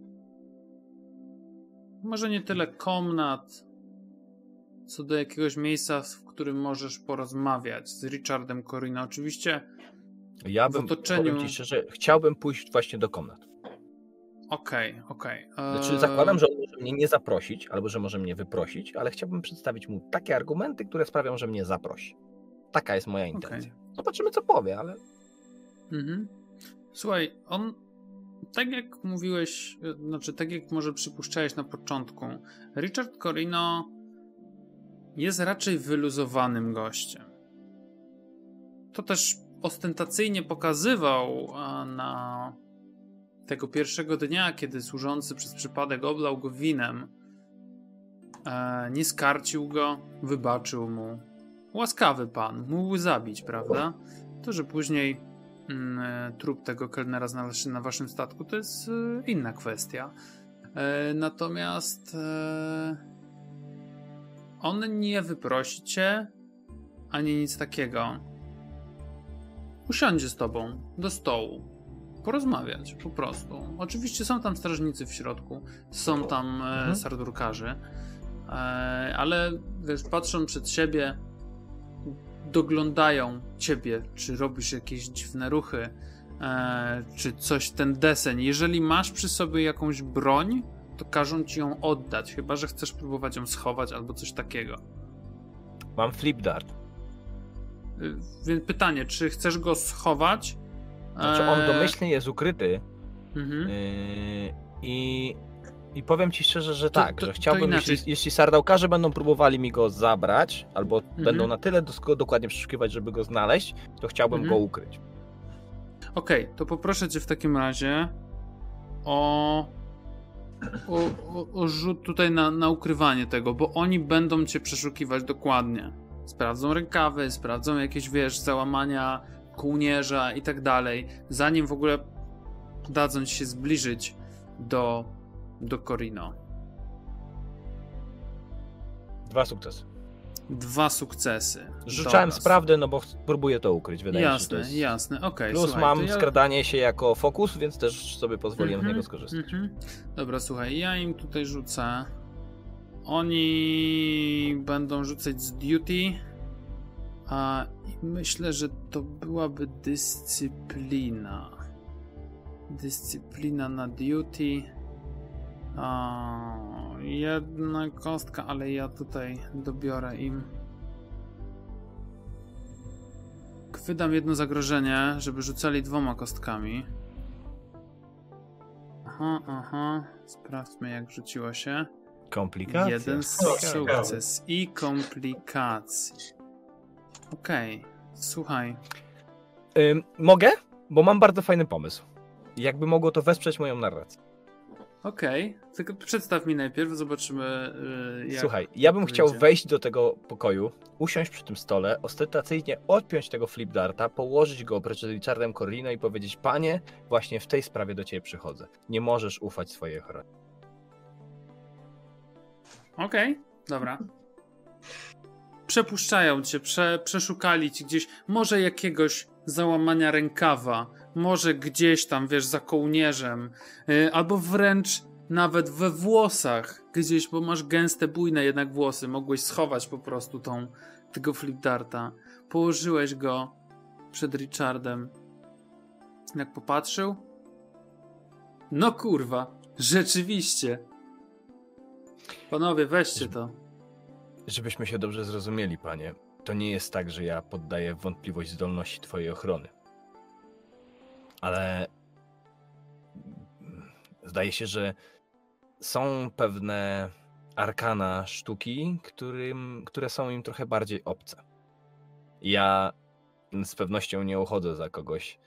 może nie tyle komnat, co do jakiegoś miejsca, w którym możesz porozmawiać z Richardem Corino. Oczywiście ja bym, powiem ci szczerze, chciałbym pójść właśnie do komnat. Okej. Znaczy zakładam, że on może mnie nie zaprosić, albo że może mnie wyprosić, ale chciałbym przedstawić mu takie argumenty, które sprawią, że mnie zaprosi. Taka jest moja intencja. Zobaczymy, co powie, ale... Słuchaj, on, tak jak mówiłeś, znaczy tak jak może przypuszczałeś na początku, Richard Corino jest raczej wyluzowanym gościem. To też ostentacyjnie pokazywał na tego pierwszego dnia, kiedy służący przez przypadek oblał go winem. Nie skarcił go, wybaczył mu. Łaskawy pan, mógł zabić, prawda? To, że później trup tego kelnera znalazł się na waszym statku, to jest inna kwestia. Natomiast on nie wyprosi cię, ani nic takiego. Usiądzie z tobą do stołu. Porozmawiać, po prostu. Oczywiście są tam strażnicy w środku, są tam sardurkarzy. ale wiesz, patrzą przed siebie, doglądają ciebie, czy robisz jakieś dziwne ruchy, czy coś, ten deseń. Jeżeli masz przy sobie jakąś broń, to każą ci ją oddać, chyba że chcesz próbować ją schować albo coś takiego. Mam flip dart. Więc pytanie, czy chcesz go schować? Znaczy on domyślnie jest ukryty Mhm. i powiem ci szczerze, że tak, że to chciałbym, inaczej. jeśli sardałkarze będą próbowali mi go zabrać, albo będą na tyle dokładnie przeszukiwać, żeby go znaleźć, to chciałbym go ukryć. Okej, to poproszę cię w takim razie o rzut tutaj na ukrywanie tego, bo oni będą cię przeszukiwać dokładnie. Sprawdzą rękawy, sprawdzą jakieś, wiesz, załamania kołnierza i tak dalej, zanim w ogóle dadzą ci się zbliżyć do Corino. 2 sukcesy. 2 sukcesy. Rzucałem Dobra. sprawdę, no bo próbuję to ukryć, wydaje mi się, że to Jasne, jest... jasne, okej. Plus słuchaj, mam to ja... skradanie się jako fokus, więc też sobie pozwoliłem z niego skorzystać. Dobra, słuchaj, ja im tutaj rzucę. Oni będą rzucać z duty. I myślę, że to byłaby dyscyplina. Dyscyplina na duty. Jedna kostka, ale ja tutaj dobiorę im. Wydam jedno zagrożenie, żeby rzucali 2 kostkami. Aha. Sprawdźmy, jak rzuciło się. Komplikacja. 1 sukces i komplikacji. Okej, słuchaj. Mogę? Bo mam bardzo fajny pomysł. Jakby mogło to wesprzeć moją narrację. Okej, tylko przedstaw mi najpierw, zobaczymy jak... Słuchaj, ja bym chciał wyjdzie. wejść do tego pokoju, usiąść przy tym stole, ostentacyjnie odpiąć tego flip darta, położyć go przed Richardem Corrino i powiedzieć: panie, właśnie w tej sprawie do ciebie przychodzę. Nie możesz ufać swojej ochronie. Okej, dobra. Przepuszczają cię, przeszukali ci gdzieś, może jakiegoś załamania rękawa, może gdzieś tam, wiesz, za kołnierzem, albo wręcz nawet we włosach gdzieś, bo masz gęste, bujne jednak włosy, mogłeś schować po prostu tego flip darta. Położyłeś go przed Richardem. Jak popatrzył, no kurwa, rzeczywiście. Panowie, weźcie to. Żebyśmy się dobrze zrozumieli, panie, to nie jest tak, że ja poddaję w wątpliwość zdolności twojej ochrony. Ale zdaje się, że są pewne arkana sztuki, które są im trochę bardziej obce. Ja z pewnością nie uchodzę za kogoś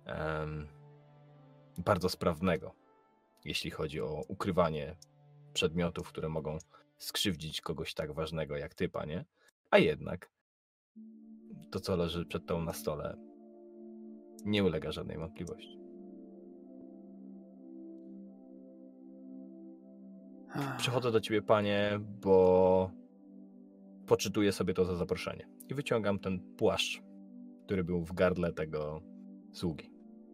bardzo sprawnego, jeśli chodzi o ukrywanie przedmiotów, które mogą skrzywdzić kogoś tak ważnego jak ty, panie. A jednak to, co leży przed tobą na stole, nie ulega żadnej wątpliwości. Przychodzę do ciebie, panie, bo poczytuję sobie to za zaproszenie. I wyciągam ten płaszcz, który był w gardle tego sługi.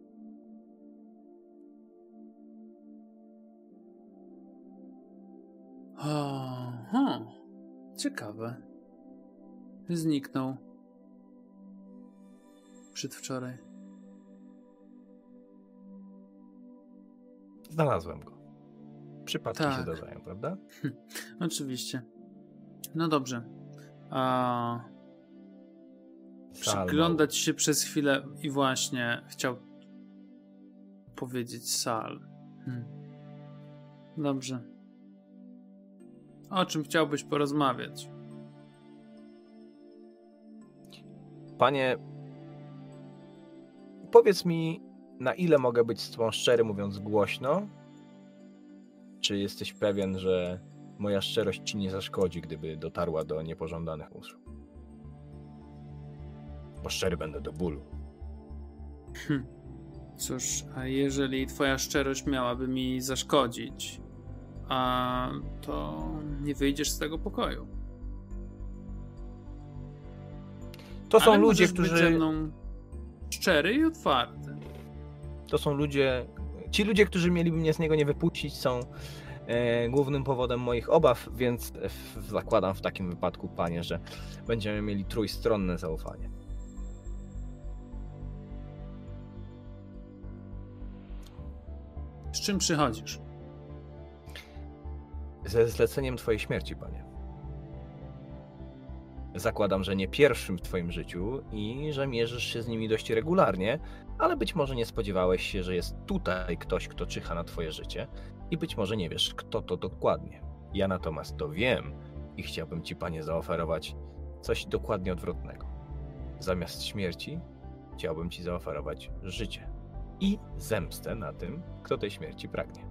Aha, ciekawe. Zniknął. Przedwczoraj. Znalazłem go. Przypadki Tak. się zdarzają, prawda? Oczywiście. No dobrze. Przyglądać się przez chwilę i właśnie chciał powiedzieć Sal. Dobrze. O czym chciałbyś porozmawiać? Panie, powiedz mi, na ile mogę być z tobą szczery, mówiąc głośno? Czy jesteś pewien, że moja szczerość ci nie zaszkodzi, gdyby dotarła do niepożądanych uszu? Bo szczery będę do bólu. Cóż, a jeżeli twoja szczerość miałaby mi zaszkodzić, to nie wyjdziesz z tego pokoju. To są Ale ludzie, możesz być ze którzy... mną szczery i otwarty. To są ludzie... Ci ludzie, którzy mieliby mnie z niego nie wypuścić, są głównym powodem moich obaw, więc zakładam w takim wypadku, panie, że będziemy mieli trójstronne zaufanie. Z czym przychodzisz? Ze zleceniem twojej śmierci, panie. Zakładam, że nie pierwszym w twoim życiu i że mierzysz się z nimi dość regularnie, ale być może nie spodziewałeś się, że jest tutaj ktoś, kto czyha na twoje życie i być może nie wiesz, kto to dokładnie. Ja natomiast to wiem i chciałbym ci, panie, zaoferować coś dokładnie odwrotnego. Zamiast śmierci chciałbym ci zaoferować życie i zemstę na tym, kto tej śmierci pragnie.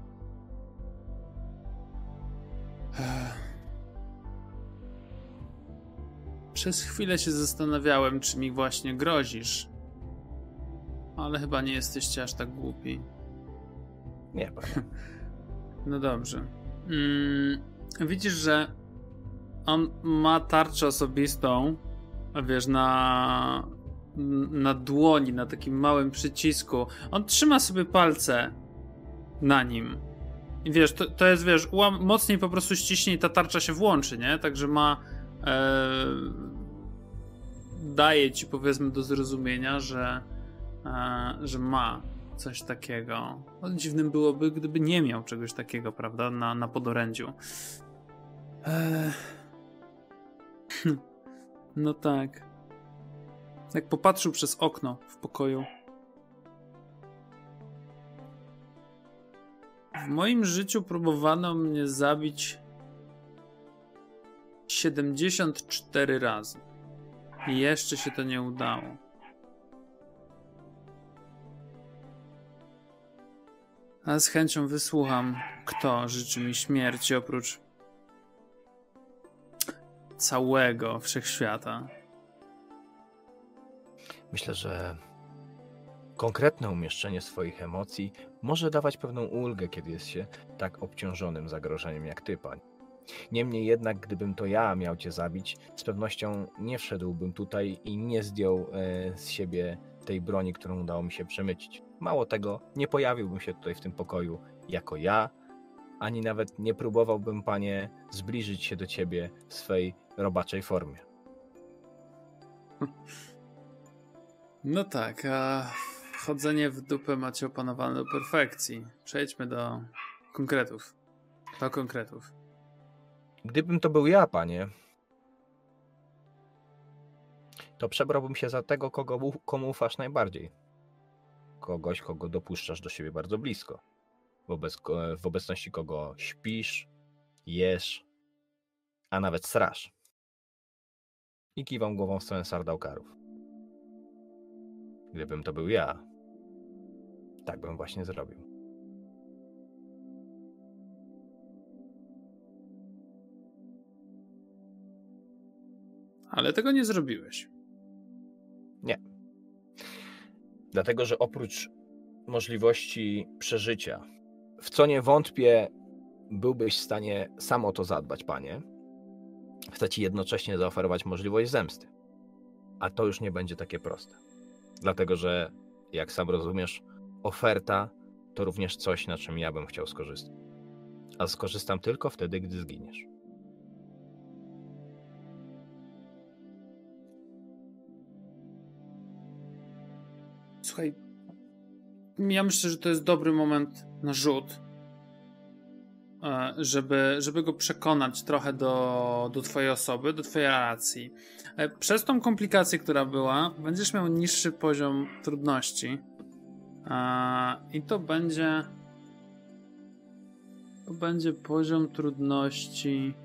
Przez chwilę się zastanawiałem, czy mi właśnie grozisz. Ale chyba nie jesteście aż tak głupi. Nie, panie. No dobrze. Widzisz, że on ma tarczę osobistą, wiesz, na dłoni, na takim małym przycisku. On trzyma sobie palce na nim. I wiesz, to jest, wiesz, mocniej po prostu ściśnie i ta tarcza się włączy, nie? Także ma... daje ci, powiedzmy, do zrozumienia, że ma coś takiego. No, dziwnym byłoby, gdyby nie miał czegoś takiego, prawda, na podorędziu. No tak. Jak popatrzył przez okno w pokoju. W moim życiu próbowano mnie zabić 74 razy. I jeszcze się to nie udało. A z chęcią wysłucham, kto życzy mi śmierci oprócz całego wszechświata. Myślę, że konkretne umieszczenie swoich emocji może dawać pewną ulgę, kiedy jest się tak obciążonym zagrożeniem jak ty, pań. Niemniej jednak, gdybym to ja miał cię zabić, z pewnością nie wszedłbym tutaj i nie zdjął z siebie tej broni, którą udało mi się przemycić. Mało tego, nie pojawiłbym się tutaj w tym pokoju jako ja, ani nawet nie próbowałbym, panie, zbliżyć się do ciebie w swej robaczej formie. No tak, a chodzenie w dupę macie opanowane do perfekcji. Przejdźmy do konkretów. Gdybym to był ja, panie, to przebrałbym się za tego, komu ufasz najbardziej. Kogoś, kogo dopuszczasz do siebie bardzo blisko. W obecności kogo śpisz, jesz, a nawet srasz. I kiwam głową w stronę Sardaukarów. Gdybym to był ja, tak bym właśnie zrobił. Ale tego nie zrobiłeś. Nie. Dlatego, że oprócz możliwości przeżycia, w co nie wątpię, byłbyś w stanie sam o to zadbać, panie, chcę ci jednocześnie zaoferować możliwość zemsty. A to już nie będzie takie proste. Dlatego, że jak sam rozumiesz, oferta to również coś, na czym ja bym chciał skorzystać. A skorzystam tylko wtedy, gdy zginiesz. Słuchaj, ja myślę, że to jest dobry moment na rzut, żeby go przekonać trochę do twojej osoby, do twojej relacji. Przez tą komplikację, która była, będziesz miał niższy poziom trudności i to będzie poziom trudności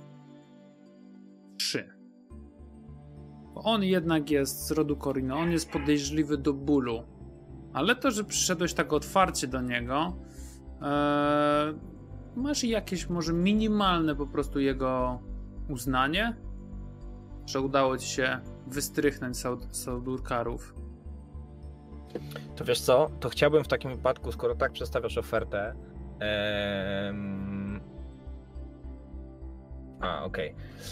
3. Bo on jednak jest z rodu Corino, on jest podejrzliwy do bólu. Ale to, że przyszedłeś tak otwarcie do niego, masz jakieś może minimalne po prostu jego uznanie, że udało ci się wystrychnąć Sardaukarów. To wiesz co? To chciałbym w takim wypadku, skoro tak przedstawiasz ofertę... okej.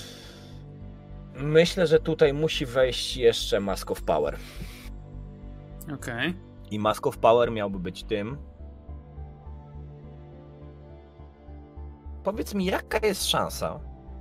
Myślę, że tutaj musi wejść jeszcze Mask of Power. Okej. I Mask of Power miałby być tym, powiedz mi, jaka jest szansa,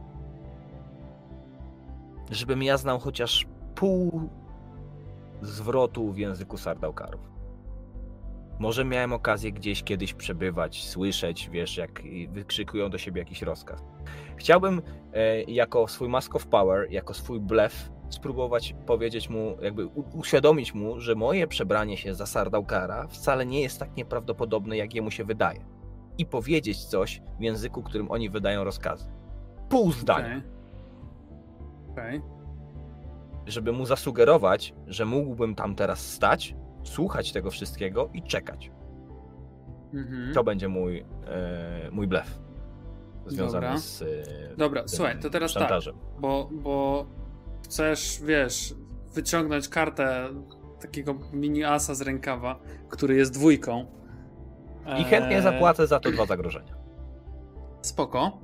żebym ja znał chociaż pół zwrotu w języku Sardaukarów? Może miałem okazję gdzieś kiedyś przebywać, słyszeć, wiesz, jak wykrzykują do siebie jakiś rozkaz. Chciałbym jako swój Mask of Power, jako swój blef spróbować powiedzieć mu, jakby uświadomić mu, że moje przebranie się za Sardaukara wcale nie jest tak nieprawdopodobne, jak jemu się wydaje. I powiedzieć coś w języku, którym oni wydają rozkazy. Pół zdania. Okej. Żeby mu zasugerować, że mógłbym tam teraz stać, słuchać tego wszystkiego i czekać. To będzie mój blef. Związany Dobra. z Dobra, tym słuchaj, to teraz szantażem. tak, bo chcesz, wiesz, wyciągnąć kartę takiego mini asa z rękawa, który jest 2. I chętnie zapłacę za to 2 zagrożenia. Spoko.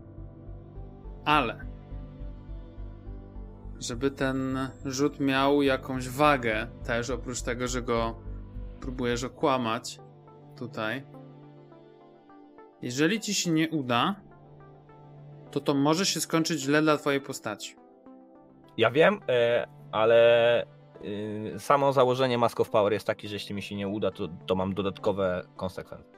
Ale żeby ten rzut miał jakąś wagę też, oprócz tego, że go próbujesz okłamać tutaj. Jeżeli ci się nie uda, to może się skończyć źle dla twojej postaci. Ja wiem, ale samo założenie Mask of Power jest takie, że jeśli mi się nie uda, to mam dodatkowe konsekwencje.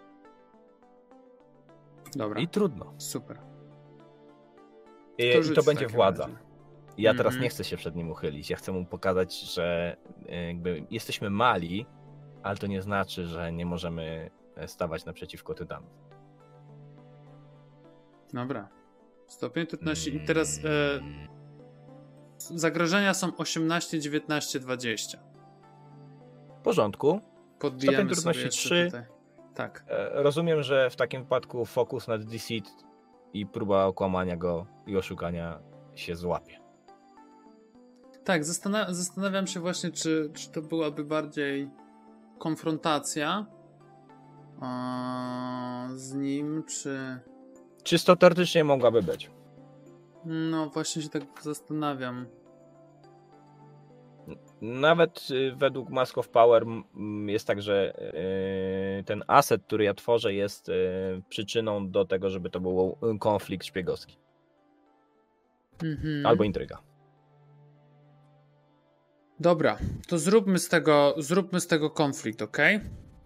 Dobra. I trudno. Super. I to będzie władza. Razie. Ja teraz nie chcę się przed nim uchylić. Ja chcę mu pokazać, że jakby jesteśmy mali, ale to nie znaczy, że nie możemy stawać naprzeciwko tytanów. Dobra. Stopień trudności. I teraz zagrożenia są 18, 19, 20. W porządku. Podbijamy Stopień trudności sobie jeszcze 3. tutaj. Tak. Rozumiem, że w takim wypadku fokus nad deceit i próba okłamania go i oszukania się złapie. Tak, zastanawiam się właśnie, czy to byłaby bardziej konfrontacja z nim, czy... Czysto teoretycznie mogłaby być. No właśnie się tak zastanawiam. Nawet według Mask of Power jest tak, że ten aset, który ja tworzę, jest przyczyną do tego, żeby to był konflikt szpiegowski. Albo intryga. Dobra, to zróbmy z tego konflikt, okej?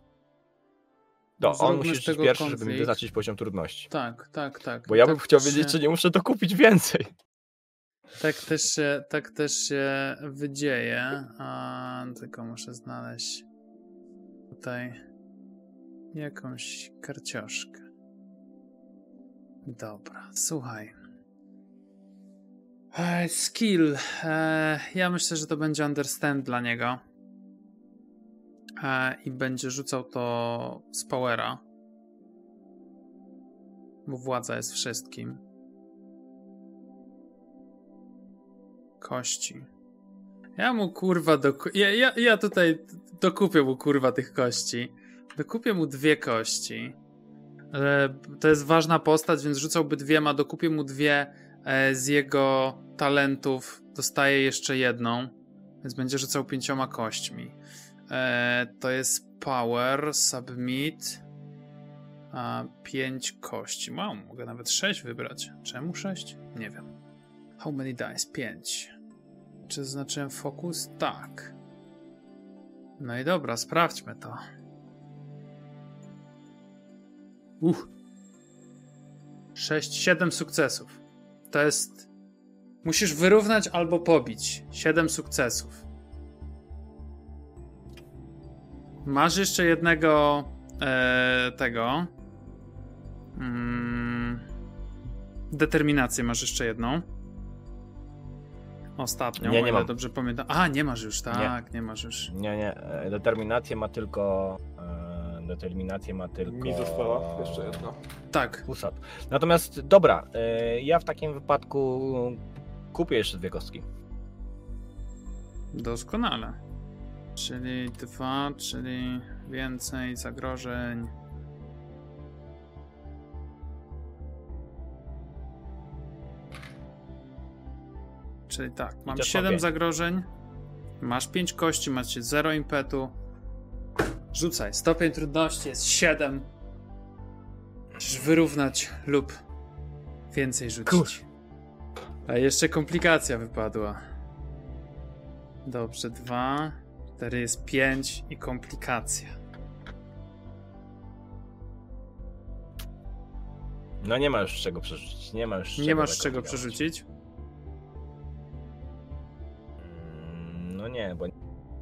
On musi być pierwszy, żeby mi wyznaczyć poziom trudności. Tak. Bo ja tak bym chciał wiedzieć, czy nie muszę to kupić więcej. Tak też się wydzieje. Tylko muszę znaleźć tutaj jakąś karcioszkę. Dobra, słuchaj. Skill. Ja myślę, że to będzie understand dla niego. I będzie rzucał to z powera. Bo władza jest wszystkim. Kości. Ja mu kurwa ja tutaj dokupię mu kurwa tych kości. Dokupię mu 2 kości. To jest ważna postać, więc rzucałby 2, dokupię mu 2 z jego talentów. Dostaje jeszcze 1, więc będzie rzucał 5 kośćmi. To jest power, submit, 5 kości. Wow, mogę nawet 6 wybrać. Czemu 6? Nie wiem. How many dice? 5. Czy zaznaczyłem fokus? Tak. No i dobra, sprawdźmy to. 7 sukcesów. To jest... Musisz wyrównać albo pobić. 7 sukcesów. Masz jeszcze jednego tego. Determinację masz jeszcze jedną. Ostatnią, nie mam. Dobrze pamiętam. Nie masz już, tak, nie masz już. Nie. Determinację ma tylko... Mi została jeszcze jedna. Tak. Pusat. Natomiast, dobra, ja w takim wypadku kupię jeszcze 2 kostki. Doskonale. Czyli 2, czyli więcej zagrożeń. Czyli tak, mam 7 zagrożeń, masz 5 kości, macie 0 impetu. Rzucaj, stopień trudności jest 7. Musisz wyrównać lub więcej rzucić. A jeszcze komplikacja wypadła. Dobrze, 2, 4 jest 5 i komplikacja. No nie ma już czego przerzucić. Nie masz czego przerzucić? No nie, bo...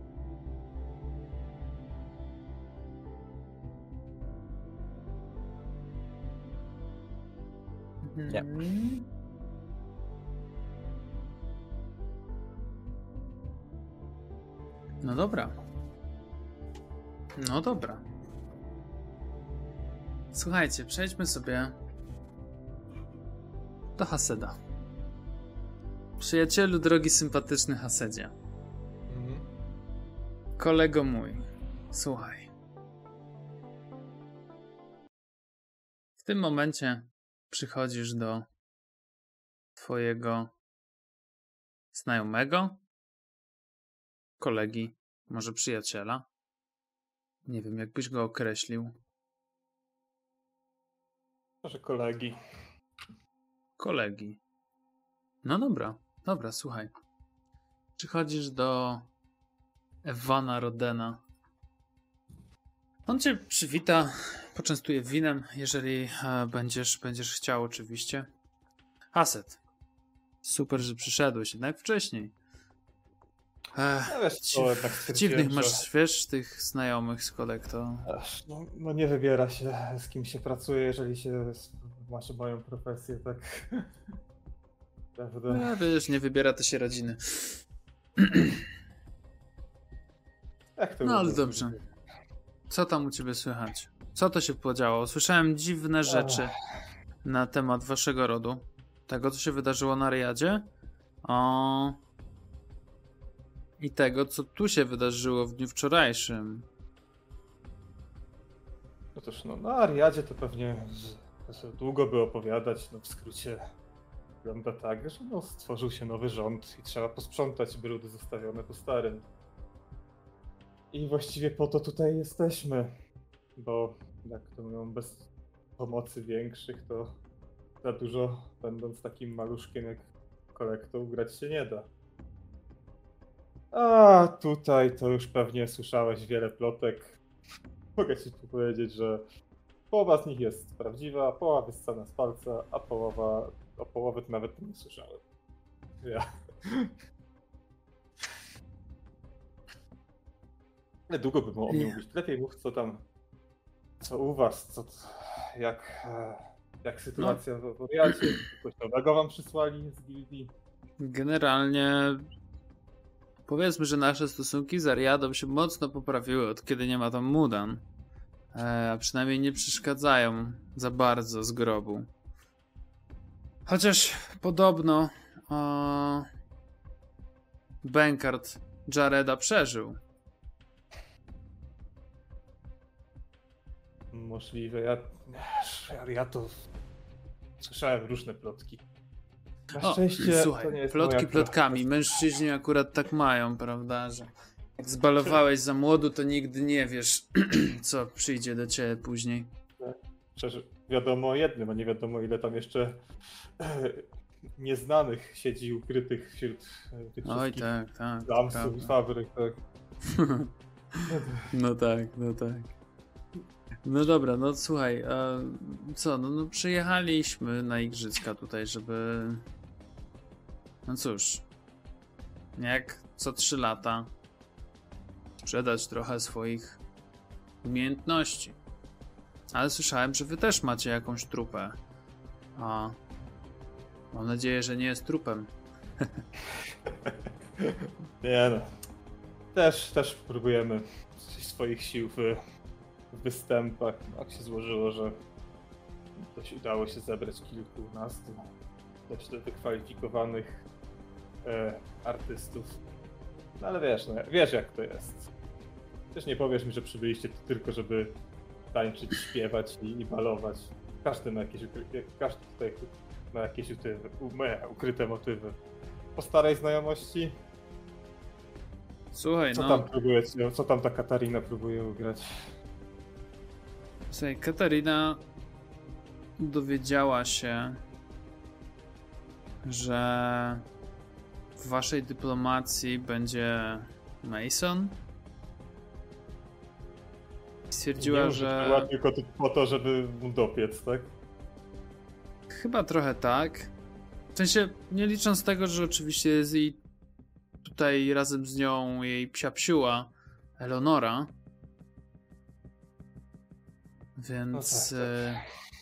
Nie. No dobra. No dobra. Słuchajcie, przejdźmy sobie do Haseda. Przyjacielu, drogi, sympatyczny Hasedzie. Kolego mój, słuchaj. W tym momencie przychodzisz do twojego znajomego, kolegi, może przyjaciela. Nie wiem, jakbyś go określił. Może kolegi. Kolegi. No dobra, słuchaj. Przychodzisz do Ewana Rodena. On cię przywita, poczęstuje winem, jeżeli będziesz chciał oczywiście. Hased. Super, że przyszedłeś, jednak wcześniej. Ja wiesz co, jednak Dziwnych masz, wiesz, tych znajomych z kolekto. No nie wybiera się, z kim się pracuje, jeżeli się masz moją profesję, tak. Prawda? No, wiesz, nie wybiera to się rodziny. Jak to No ale dobrze. Co tam u ciebie słychać? Co to się podziało? Słyszałem dziwne rzeczy na temat waszego rodu. Tego, co się wydarzyło na Riadzie. I tego, co tu się wydarzyło w dniu wczorajszym. Otóż na Ariadzie to pewnie że długo by opowiadać. No w skrócie wygląda tak, że stworzył się nowy rząd i trzeba posprzątać brudy zostawione po starym. I właściwie po to tutaj jesteśmy, bo jak to mówią, bez pomocy większych to za dużo, będąc takim maluszkiem jak kolektą, grać się nie da. A tutaj to już pewnie słyszałeś wiele plotek. Mogę ci tu powiedzieć, że połowa z nich jest prawdziwa, połowa wyssana z palca, a o połowy to nawet nie słyszałem. Ja. Ale długo bym o mnie mówić. Lepiej mów, co tam, co u was, jak sytuacja w Oriacie. Coś nowego wam przysłali z gildii? Generalnie powiedzmy, że nasze stosunki z Ariadą się mocno poprawiły, od kiedy nie ma tam Mudan. A przynajmniej nie przeszkadzają za bardzo z grobu. Chociaż podobno Benkart Jareda przeżył. Możliwe. Ja to słyszałem różne plotki. Na szczęście słuchaj, to nie jest plotki moja plotkami. Mężczyźni akurat tak mają, prawda, że jak zbalowałeś za młodu, to nigdy nie wiesz, co przyjdzie do ciebie później. Przecież wiadomo o jednym, a nie wiadomo ile tam jeszcze nieznanych siedzi ukrytych wśród tych Oj, wszystkich tak. lamsów i fabryk, tak. No tak. No dobra, no słuchaj, co, no przyjechaliśmy na igrzyska tutaj, żeby... No cóż, jak co 3 lata sprzedać trochę swoich umiejętności. Ale słyszałem, że wy też macie jakąś trupę. A mam nadzieję, że nie jest trupem. Nie no. Też próbujemy swoich sił w występach. Tak się złożyło, że dość udało się zebrać kilkunastu dość wykwalifikowanych artystów. No ale wiesz jak to jest. Też nie powiesz mi, że przybyliście tu tylko, żeby tańczyć, śpiewać i balować. Każdy tutaj ma jakieś ukryte motywy. Po starej znajomości? Słuchaj, Co tam ta Katarina próbuje ugrać? Słuchaj, Katarina dowiedziała się że w waszej dyplomacji będzie Mason. Stwierdziła, Nie że była tylko po to, żeby mu dopiec, tak? chyba trochę tak. W sensie, nie licząc tego, że oczywiście jest i tutaj razem z nią jej psiapsiuła Eleonora. Więc No tak.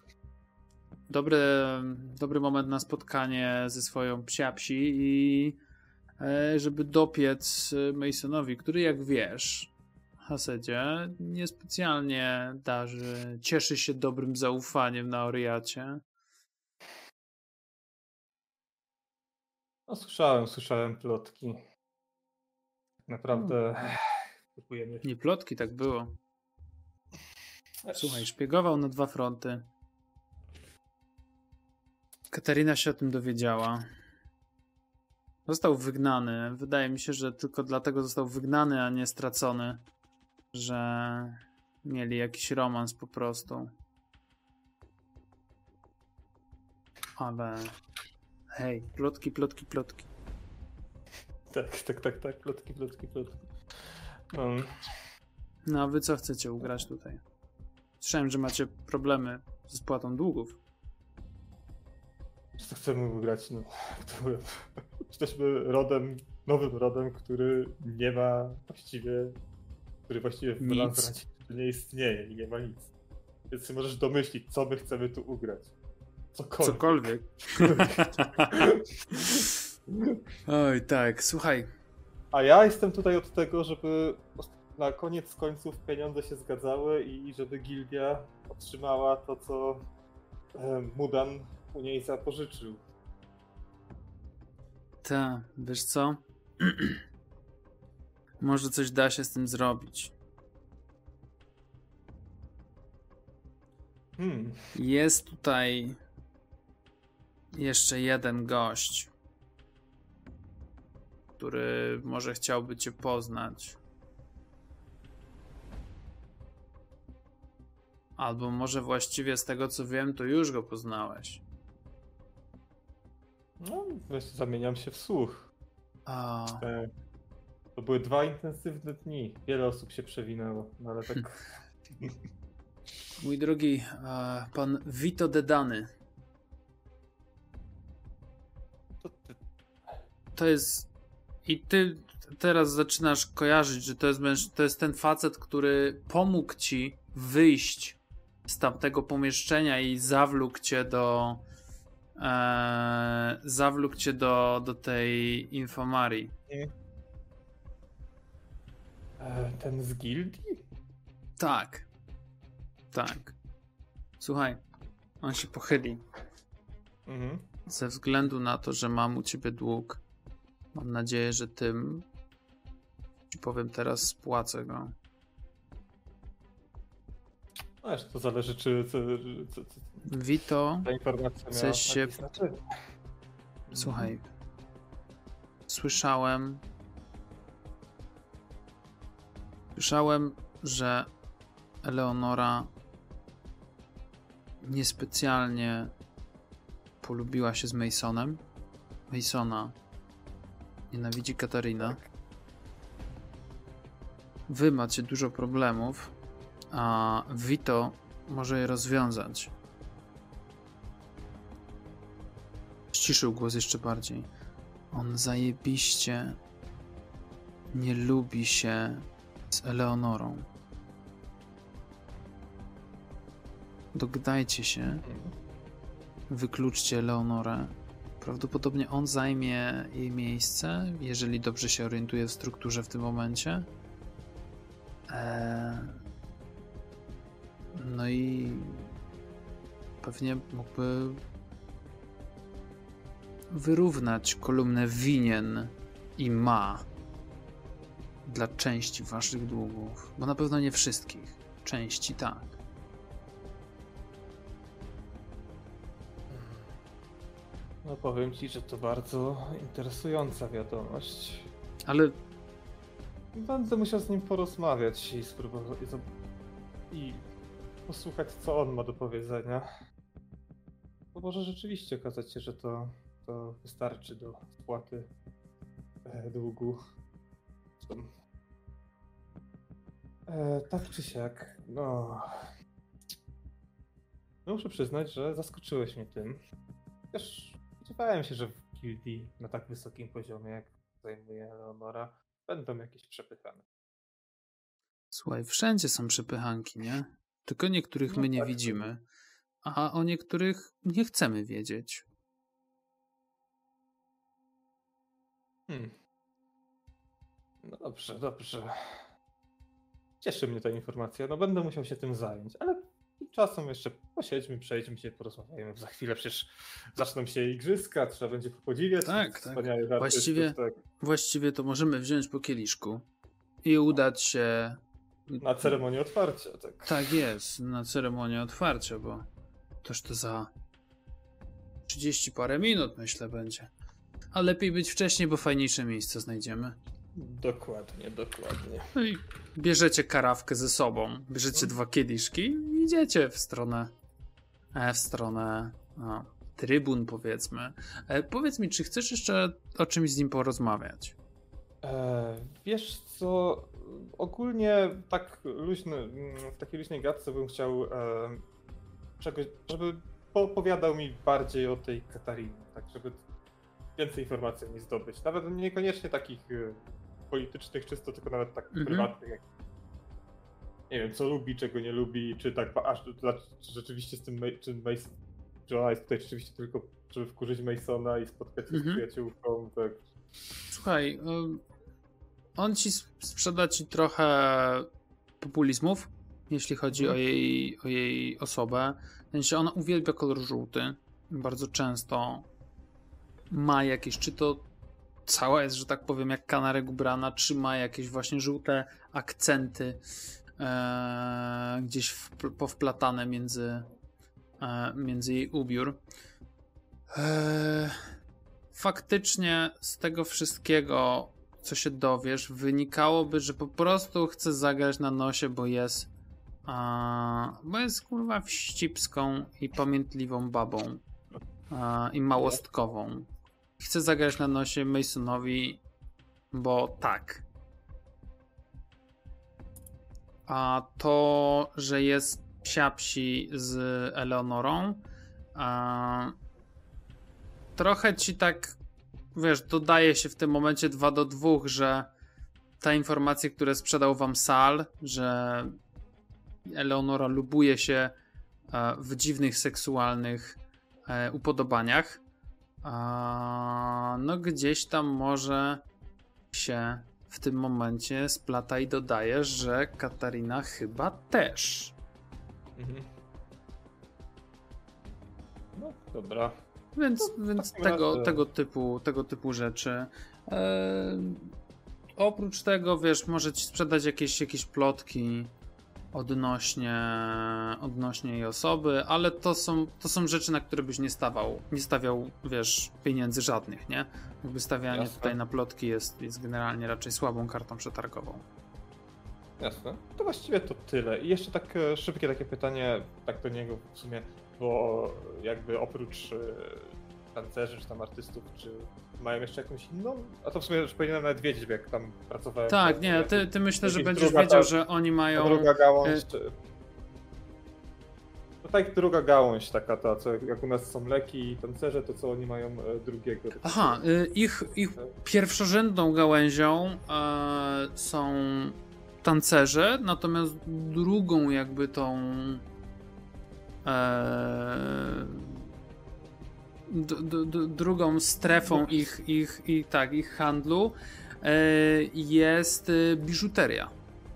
dobry moment na spotkanie ze swoją psiapsi i żeby dopiec Masonowi, który jak wiesz, Hasedzie, niespecjalnie cieszy się dobrym zaufaniem na Oriacie. No słyszałem plotki. Naprawdę próbujemy. Nie plotki, tak było. Słuchaj, szpiegował na 2 fronty. Katarina się o tym dowiedziała. Został wygnany. Wydaje mi się, że tylko dlatego został wygnany, a nie stracony. Że mieli jakiś romans po prostu. Ale hej, plotki. Tak, plotki. No a wy co chcecie ugrać tutaj? Słyszałem, że macie problemy ze spłatą długów. Co chcemy ugrać? No, jesteśmy nowym rodem, który nie ma który właściwie w Nic. Melanzracie nie istnieje i nie ma nic. Więc sobie możesz domyślić, co my chcemy tu ugrać. Cokolwiek. Oj, tak, słuchaj. A ja jestem tutaj od tego, żeby na koniec końców pieniądze się zgadzały i żeby gildia otrzymała to, co Mudan u niej zapożyczył. Ta, wiesz co? Może coś da się z tym zrobić. Jest tutaj jeszcze jeden gość, który może chciałby cię poznać. Albo może właściwie z tego co wiem, to już go poznałeś. No, właśnie zamieniam się w słuch. A, To były 2 intensywne dni. Wiele osób się przewinęło, no ale tak... mój drogi, pan Vito Dedany. To jest... I ty teraz zaczynasz kojarzyć, że to jest ten facet, który pomógł ci wyjść z tamtego pomieszczenia i zawlókł cię do tej infomarii. Ten z gildii? Tak. Słuchaj, on się pochyli. Mhm. Ze względu na to, że mam u ciebie dług, mam nadzieję, że tym ci powiem teraz, spłacę go. No jeszcze to zależy, czy Vito, ta informacja miała chcesz się... jakieś znaczenie. Słuchaj, słyszałem, że Eleonora niespecjalnie polubiła się z Masonem. Masona nienawidzi Katarina. Wy macie dużo problemów, a Vito może je rozwiązać. Ściszył głos jeszcze bardziej. On zajebiście nie lubi się z Eleonorą. Dogadajcie się. Wykluczcie Eleonorę. Prawdopodobnie on zajmie jej miejsce, jeżeli dobrze się orientuje w strukturze w tym momencie. No i pewnie mógłby wyrównać kolumnę winien i ma dla części waszych długów, bo na pewno nie wszystkich. Części tak. No powiem ci, że to bardzo interesująca wiadomość. Ale Będę musiał z nim porozmawiać i spróbować i posłuchać, co on ma do powiedzenia. Bo może rzeczywiście okazać się, że to to wystarczy do spłaty długu. Tak czy siak, no... Muszę przyznać, że zaskoczyłeś mnie tym. Chociaż spodziewałem się, że w gildii na tak wysokim poziomie, jak zajmuje Eleonora, będą jakieś przepychane. Słuchaj, wszędzie są przepychanki, nie? Tylko niektórych No my nie tak, widzimy, a o niektórych nie chcemy wiedzieć. No dobrze, dobrze. Cieszy mnie ta informacja, no będę musiał się tym zająć, ale tymczasem jeszcze posiedźmy, przejdźmy się, porozmawiajmy. Za chwilę przecież zaczną się igrzyska, trzeba będzie podziwiać Tak. wspaniałych artystów. Tak. Właściwie to możemy wziąć po kieliszku i udać się... Na ceremonię otwarcia, tak. Tak jest, na ceremonię otwarcia, bo toż to za 30 parę minut, myślę, będzie. A lepiej być wcześniej, bo fajniejsze miejsce znajdziemy. Dokładnie. No i bierzecie karawkę ze sobą, bierzecie 2 kieliszki i idziecie w stronę trybun, powiedzmy. Powiedz mi, czy chcesz jeszcze o czymś z nim porozmawiać? Wiesz co, ogólnie tak w takiej luźnej gadce bym chciał czegoś, żeby opowiadał mi bardziej o tej Katarinie, tak żeby więcej informacji o niej zdobyć. Nawet niekoniecznie takich politycznych czysto, tylko nawet tak prywatnych, jak nie wiem, co lubi, czego nie lubi, czy tak czy rzeczywiście z tym, czy ona jest tutaj rzeczywiście tylko, żeby wkurzyć Masona i spotkać się z przyjaciółką, tak. Słuchaj, on sprzeda ci trochę populizmów, jeśli chodzi o jej osobę. W sensie ona uwielbia kolor żółty. Bardzo często ma jakieś, czy to cała jest, że tak powiem, jak kanarek ubrana, czy ma jakieś właśnie żółte akcenty gdzieś powplatane między jej ubiór. Faktycznie z tego wszystkiego, co się dowiesz, wynikałoby, że po prostu chce zagrać na nosie, bo jest kurwa wścibską i pamiętliwą babą i małostkową. Chce zagrać na nosie Masonowi, bo tak. A to, że jest psi z Eleonorą, trochę ci tak, wiesz, dodaje się w tym momencie 2 do 2, że ta informacja, które sprzedał wam Sal, że Eleonora lubuje się w dziwnych seksualnych upodobaniach, no gdzieś tam może się w tym momencie splata i dodaje, że Katarina chyba też. No dobra. Więc tego typu rzeczy. Oprócz tego, wiesz, może ci sprzedać jakieś plotki odnośnie jej osoby, ale to są rzeczy, na które byś nie stawiał, wiesz, pieniędzy żadnych, nie? Jakby stawianie tutaj na plotki jest generalnie raczej słabą kartą przetargową. Jasne. To właściwie to tyle. I jeszcze tak szybkie takie pytanie, tak do niego w sumie, bo jakby oprócz tancerzy czy tam artystów, czy mają jeszcze jakąś inną? A to w sumie już powinienem nawet wiedzieć, bo jak tam pracowałem. Tak, nie, ty myślę, że będziesz wiedział, że oni mają... Druga gałąź... No tak, druga gałąź taka ta, co jak u nas są leki i tancerze, to co oni mają drugiego. Aha, ich pierwszorzędną gałęzią są tancerze, natomiast drugą jakby tą drugą strefą ich handlu jest biżuteria.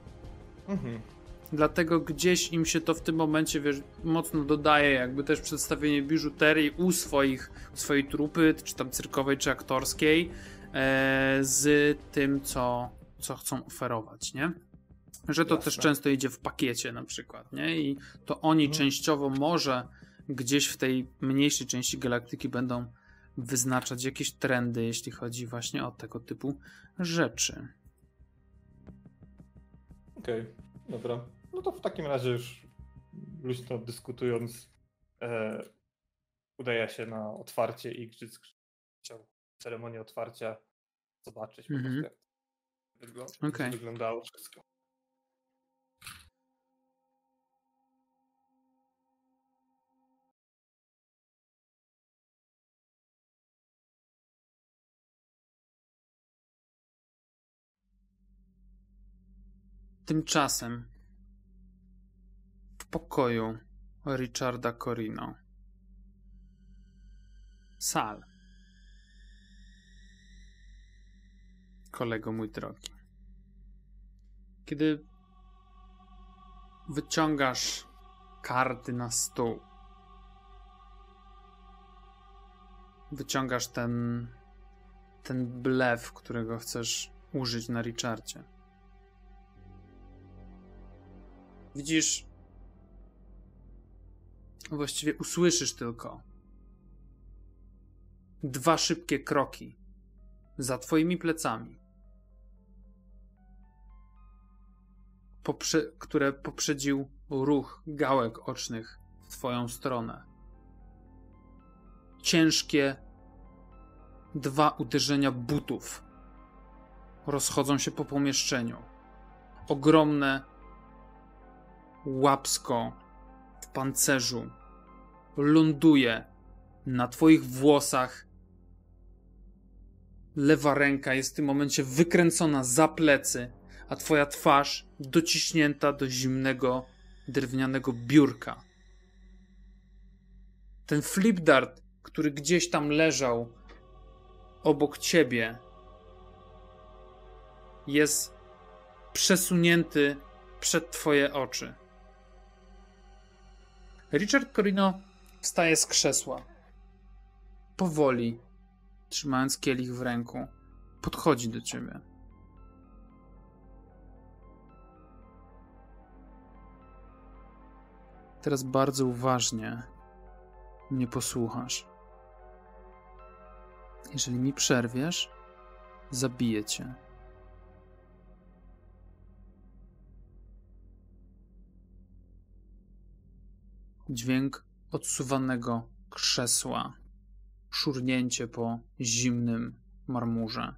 Dlatego gdzieś im się to w tym momencie, wiesz, mocno dodaje, jakby też przedstawienie biżuterii u swojej trupy, czy tam cyrkowej, czy aktorskiej, z tym, co chcą oferować, nie? Że to też często idzie w pakiecie na przykład, nie? I to oni częściowo może gdzieś w tej mniejszej części galaktyki będą wyznaczać jakieś trendy, jeśli chodzi właśnie o tego typu rzeczy. Okej, dobra. No to w takim razie już luźno dyskutując udaje się na otwarcie igrzysk chciał ceremonię otwarcia zobaczyć po Mhm. prostu, jak Okej. wyglądało wszystko. Tymczasem w pokoju Richarda Corino. Sal. Kolego mój drogi. Kiedy wyciągasz karty na stół, wyciągasz ten blef, którego chcesz użyć na Richardzie. Widzisz, właściwie usłyszysz tylko 2 szybkie kroki za twoimi plecami, które poprzedził ruch gałek ocznych w twoją stronę. Ciężkie 2 uderzenia butów rozchodzą się po pomieszczeniu. Ogromne łapsko w pancerzu ląduje na twoich włosach. Lewa ręka jest w tym momencie wykręcona za plecy, a twoja twarz dociśnięta do zimnego, drewnianego biurka. Ten flipdart, który gdzieś tam leżał obok ciebie, jest przesunięty przed twoje oczy. Richard Corino wstaje z krzesła. Powoli, trzymając kielich w ręku, podchodzi do ciebie. Teraz bardzo uważnie mnie posłuchasz. Jeżeli mi przerwiesz, zabiję cię. Dźwięk odsuwanego krzesła, szurnięcie po zimnym marmurze.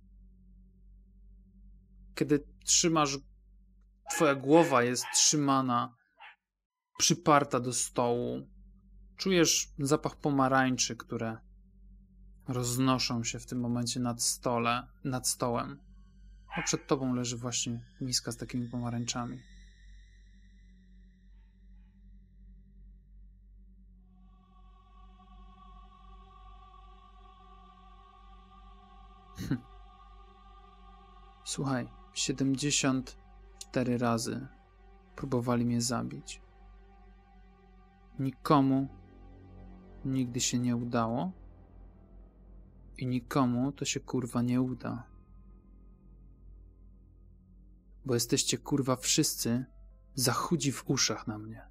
Kiedy twoja głowa jest trzymana, przyparta do stołu, czujesz zapach pomarańczy, które roznoszą się w tym momencie nad stołem. A przed tobą leży właśnie miska z takimi pomarańczami. Słuchaj, 74 razy próbowali mnie zabić. Nikomu nigdy się nie udało i nikomu to się kurwa nie uda. Bo jesteście kurwa wszyscy za chudzi w uszach na mnie.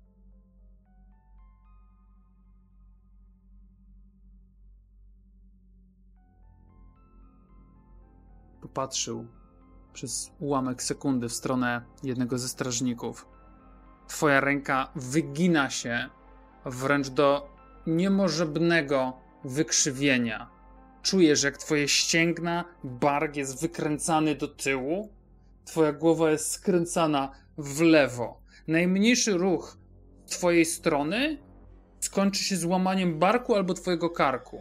Popatrzył przez ułamek sekundy w stronę jednego ze strażników. Twoja ręka wygina się wręcz do niemożebnego wykrzywienia. Czujesz, jak twoje ścięgna, bark jest wykręcany do tyłu, twoja głowa jest skręcana w lewo. Najmniejszy ruch twojej strony skończy się złamaniem barku albo twojego karku.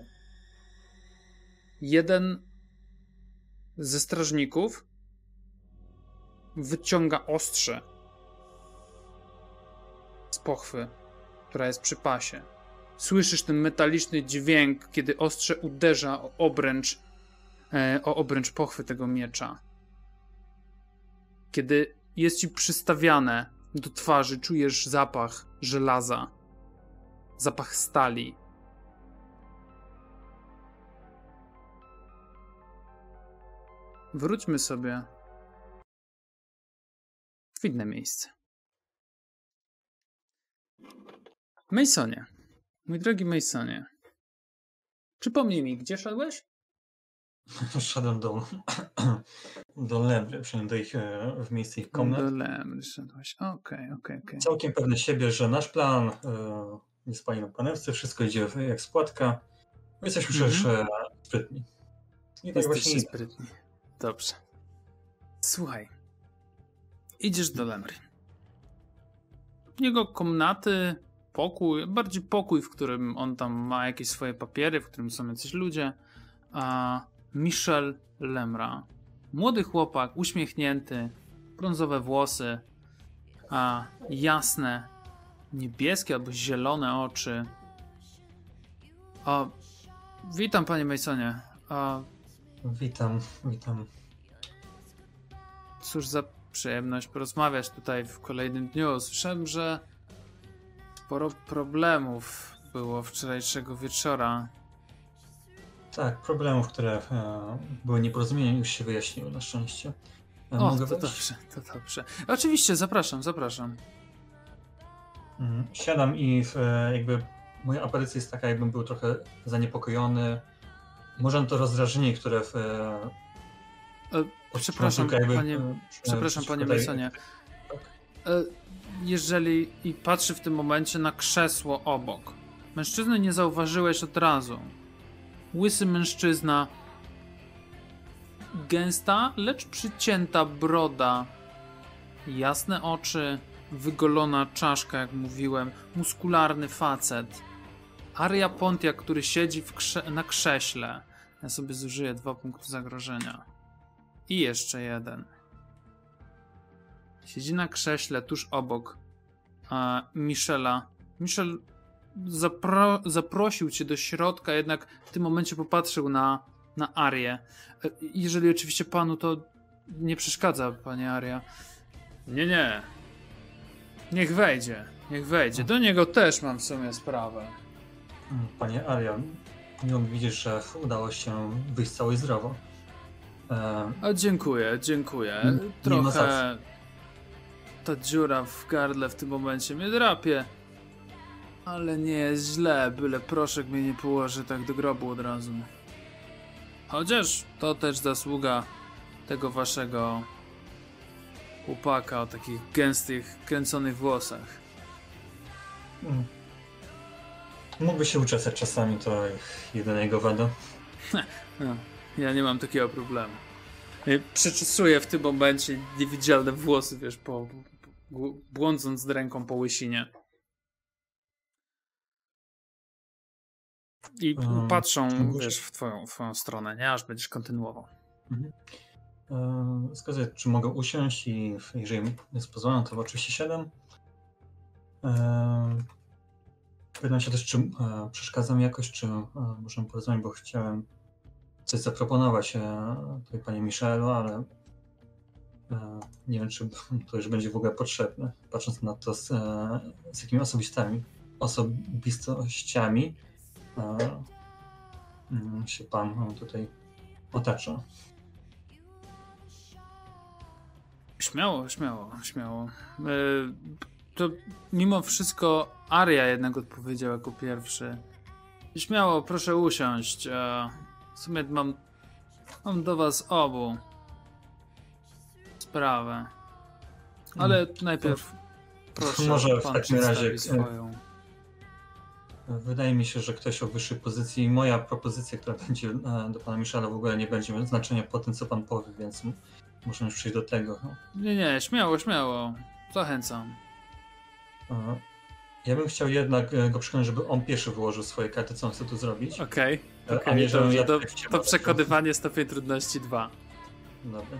Jeden ze strażników wyciąga ostrze z pochwy, która jest przy pasie. Słyszysz ten metaliczny dźwięk, kiedy ostrze uderza o obręcz pochwy tego miecza. Kiedy jest ci przystawiane do twarzy, czujesz zapach żelaza, zapach stali. Wróćmy sobie w inne miejsce. Masonie, mój drogi Masonie, przypomnij mi, gdzie szedłeś? Szedłem do Lemry, przynajmniej do ich, w miejsce ich komnat. Do Lemry szedłeś, okej. Całkiem pewny siebie, że nasz plan nie spali na panewce, wszystko idzie jak z płatka. Jesteśmy już sprytni. I tak Jesteście właśnie idę. sprytni. Dobrze. Słuchaj. Idziesz do Lemry. Jego komnaty, pokój, bardziej pokój, w którym on tam ma jakieś swoje papiery, w którym są jacyś ludzie. A Michel Lemra. Młody chłopak, uśmiechnięty, brązowe włosy, a jasne, niebieskie albo zielone oczy. Witam, panie Masonie. Witam. Cóż za przyjemność porozmawiać tutaj w kolejnym dniu. Słyszałem, że sporo problemów było wczorajszego wieczora. Tak, problemów, które były nieporozumieniem, już się wyjaśniły na szczęście. Mogę to wejść? dobrze, to dobrze. Oczywiście, zapraszam. Siadam i jakby moja aparycja jest taka, jakbym był trochę zaniepokojony. Może to rozdrażnienie, które Przepraszam, panie Masonie. Tak. Jeżeli i patrzy w tym momencie na krzesło obok. Mężczyzny nie zauważyłeś od razu. Łysy mężczyzna. Gęsta, lecz przycięta broda. Jasne oczy. Wygolona czaszka, jak mówiłem. Muskularny facet. Aria Pontiac, który siedzi na krześle. Ja sobie zużyję 2 punkty zagrożenia. I jeszcze jeden. Siedzi na krześle tuż obok Michela. Michel zaprosił cię do środka, jednak w tym momencie popatrzył na Arię. Jeżeli oczywiście panu to nie przeszkadza, panie Aria. Nie. Niech wejdzie. Do niego też mam w sumie sprawę. Panie Aria, miło mi widzieć, że udało się wyjść cało i zdrowo. Dziękuję. Nie ma za Trochę ta dziura w gardle w tym momencie mnie drapie. Ale nie jest źle, byle proszek mnie nie położy tak do grobu od razu. Chociaż to też zasługa tego waszego chłopaka o takich gęstych, kręconych włosach. Mógłby się uczesać czasami, to jedyna jego wada. No, ja nie mam takiego problemu. Przeczesuję w tym momencie niewidzialne włosy, wiesz, błądząc ręką po łysinie. I patrzą, wiesz, w twoją stronę, nie? Aż będziesz kontynuował. Wskazuję, czy mogę usiąść i jeżeli jest pozwolone, to oczywiście siadam. Pytam się też, czy przeszkadza mi jakoś, czy możemy porozmawiać, bo chciałem coś zaproponować tutaj panie Michelu, ale nie wiem, czy to już będzie w ogóle potrzebne, patrząc na to, z jakimi osobistościami się pan tutaj otacza. Śmiało. To mimo wszystko Aria jednak odpowiedział jako pierwszy. Śmiało, proszę usiąść. W sumie mam do was obu sprawę. Ale najpierw proszę, może w pan takim razie przedstawi swoją. Wydaje mi się, że ktoś o wyższej pozycji i moja propozycja, która będzie do pana Michela, w ogóle nie będzie miała znaczenia po tym, co pan powie, więc możemy już przejść do tego. Nie, śmiało. Zachęcam. Ja bym chciał jednak go przekonać, żeby on pierwszy wyłożył swoje karty, co on chce tu zrobić. Okej, a nie, żebym dobrze, ja to, tak chciał. to przekonywanie stopień trudności 2. Dobra.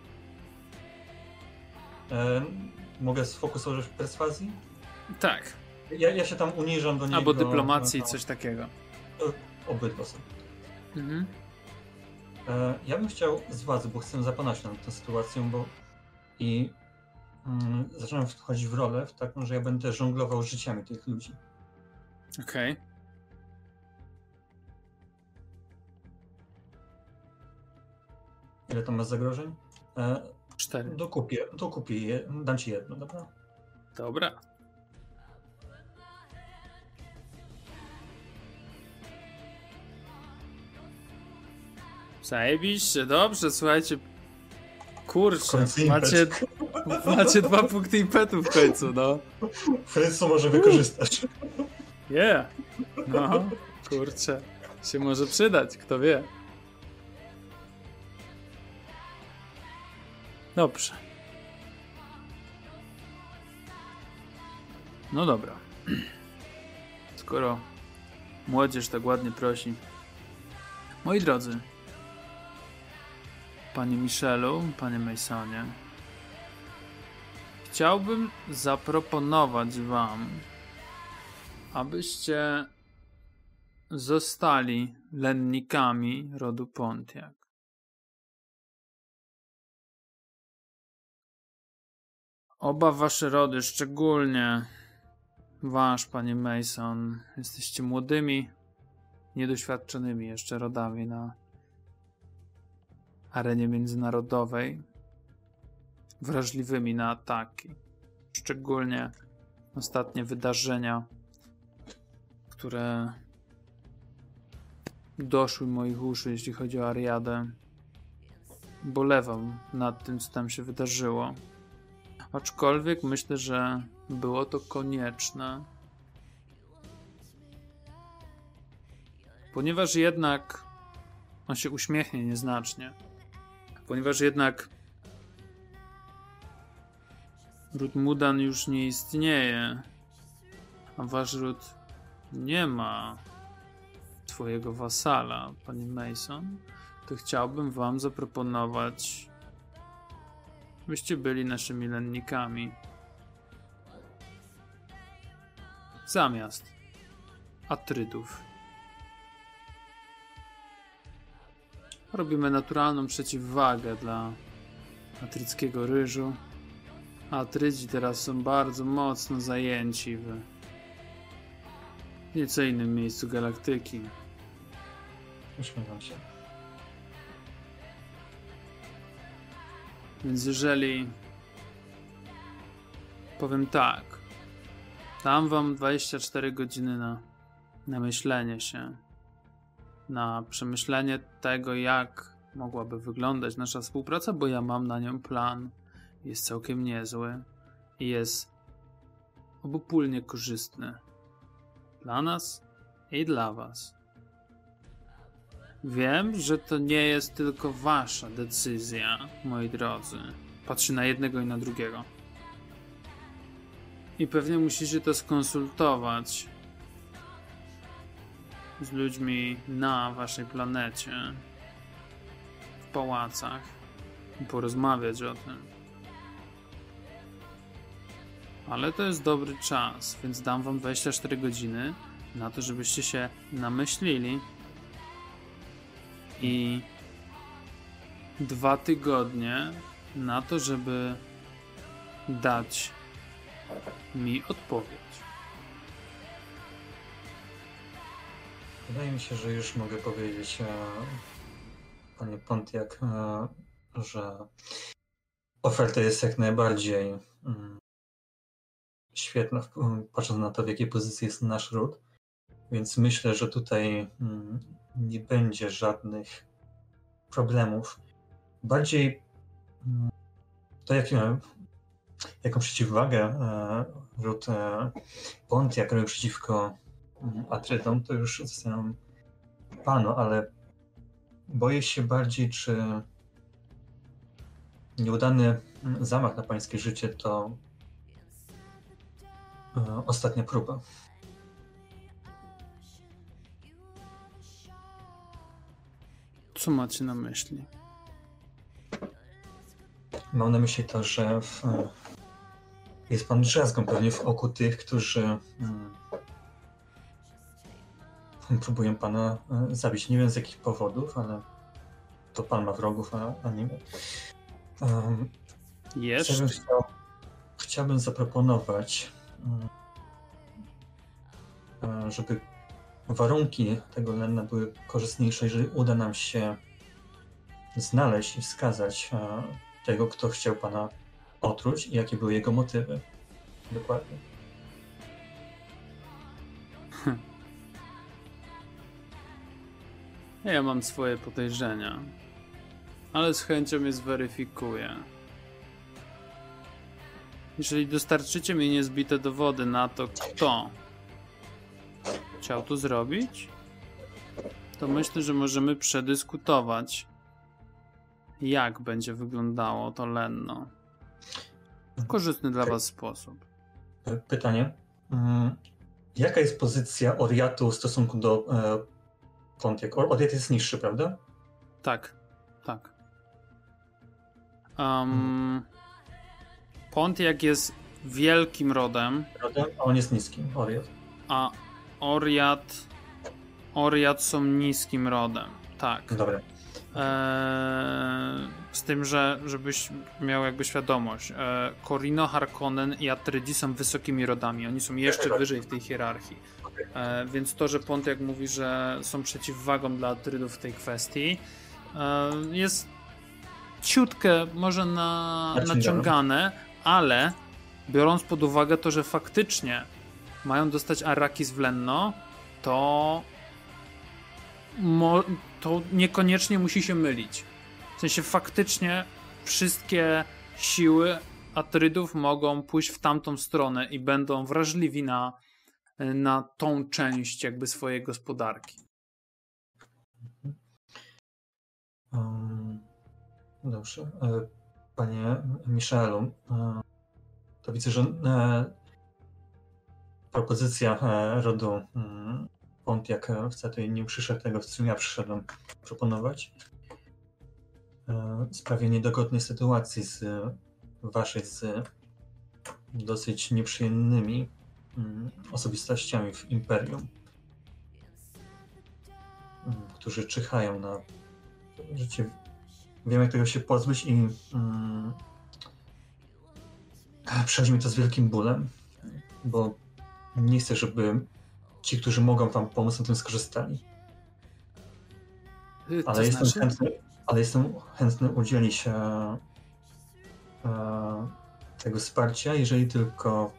Mogę sfokusować w perswazji? Tak. Ja się tam uniżam do niego. Albo dyplomacji, coś takiego. Obydwa są. Mhm. Ja bym chciał z władzy, bo chcę zapanować nad tą sytuacją, zaczynam wchodzić w rolę w taką, że ja będę żonglował życiami tych ludzi. Okej. Ile tam masz zagrożeń? 4. Dokupię je, dam ci jedno, dobra? Dobra. Zajebiście, dobrze, słuchajcie. Kurczę, macie 2 punkty impetu w końcu, no. Frycu może wykorzystasz. Yeah. No, kurczę. Się może przydać, kto wie. Dobrze. No dobra. Skoro młodzież tak ładnie prosi. Moi drodzy, panie Michelu, panie Masonie, chciałbym zaproponować wam, abyście zostali lennikami rodu Pontiac. Oba wasze rody, szczególnie wasz, panie Mason, jesteście młodymi, niedoświadczonymi jeszcze rodami na arenie międzynarodowej, wrażliwymi na ataki. Szczególnie ostatnie wydarzenia, które doszły moich uszu, jeśli chodzi o Ariadę. Bolewam nad tym, co tam się wydarzyło. Aczkolwiek myślę, że było to konieczne. Ponieważ jednak on się uśmiechnie nieznacznie. Ponieważ jednak ród Mudan już nie istnieje, a wasz ród nie ma twojego wasala, panie Mason, to chciałbym wam zaproponować, byście byli naszymi lennikami. Zamiast Atrydów. Robimy naturalną przeciwwagę dla atryckiego ryżu. A Atrydzi teraz są bardzo mocno zajęci w nieco innym miejscu galaktyki. Uśmiecham się. Więc jeżeli powiem tak, dam wam 24 godziny na myślenie się, na przemyślenie tego, jak mogłaby wyglądać nasza współpraca, bo ja mam na nią plan. Jest całkiem niezły i jest obopólnie korzystny dla nas i dla was. Wiem, że to nie jest tylko wasza decyzja, moi drodzy. Patrzy na jednego i na drugiego. I pewnie musicie to skonsultować z ludźmi na waszej planecie, w pałacach i porozmawiać o tym. Ale to jest dobry czas, więc dam wam 24 godziny na to, żebyście się namyślili i 2 tygodnie na to, żeby dać mi odpowiedź. Wydaje mi się, że już mogę powiedzieć, panie Pontiac, że oferta jest jak najbardziej świetna, patrząc na to, w jakiej pozycji jest nasz ród. Więc myślę, że tutaj nie będzie żadnych problemów. Bardziej to, jaką przeciwwagę ród Pontiac robi przeciwko Atrydom, to już zostawiam panu, ale boję się bardziej, czy nieudany zamach na pańskie życie to ostatnia próba. Co macie na myśli? Mam na myśli to, że jest pan drzazgą pewnie w oku tych, którzy próbują pana zabić. Nie wiem z jakich powodów, ale to pan ma wrogów, a nie my. Chciałbym zaproponować, żeby warunki tego Lenna były korzystniejsze, jeżeli uda nam się znaleźć i wskazać tego, kto chciał pana otruć i jakie były jego motywy. Dokładnie. Ja mam swoje podejrzenia, ale z chęcią je zweryfikuję. Jeżeli dostarczycie mi niezbite dowody na to, kto chciał to zrobić, to myślę, że możemy przedyskutować, jak będzie wyglądało to Lenno. W korzystny dla was sposób. Pytanie. Jaka jest pozycja Oriatu w stosunku do Pontiac? Oriat jest niższy, prawda? Tak. Pontiac jest wielkim rodem, A on jest niski, Oriat. a Oriat są niskim rodem. Tak. Dobra. Z tym, że żebyś miał jakby świadomość, Corino, Harkonnen i Atreides są wysokimi rodami. Oni są jeszcze wyżej w tej hierarchii. Więc to, że Pontiac mówi, że są przeciwwagą dla Atreidów w tej kwestii, jest ciutkę może naciągane, ale biorąc pod uwagę to, że faktycznie mają dostać Arrakis w Lenno, to niekoniecznie musi się mylić. W sensie faktycznie wszystkie siły Atreidów mogą pójść w tamtą stronę i będą wrażliwi na tą część jakby swojej gospodarki. Dobrze. Panie Michaelu, to widzę, że propozycja rodu Pontiac wcale nie przyszedł tego, w czym ja przyszedłem proponować. W sprawie niedogodnej sytuacji waszej z dosyć nieprzyjemnymi osobistościami w Imperium, którzy czyhają na życie. Wiem, jak tego się pozbyć i przychodzi mi to z wielkim bólem, bo nie chcę, żeby ci, którzy mogą wam pomóc, na tym skorzystali. Ale jestem chętny udzielić tego wsparcia, jeżeli tylko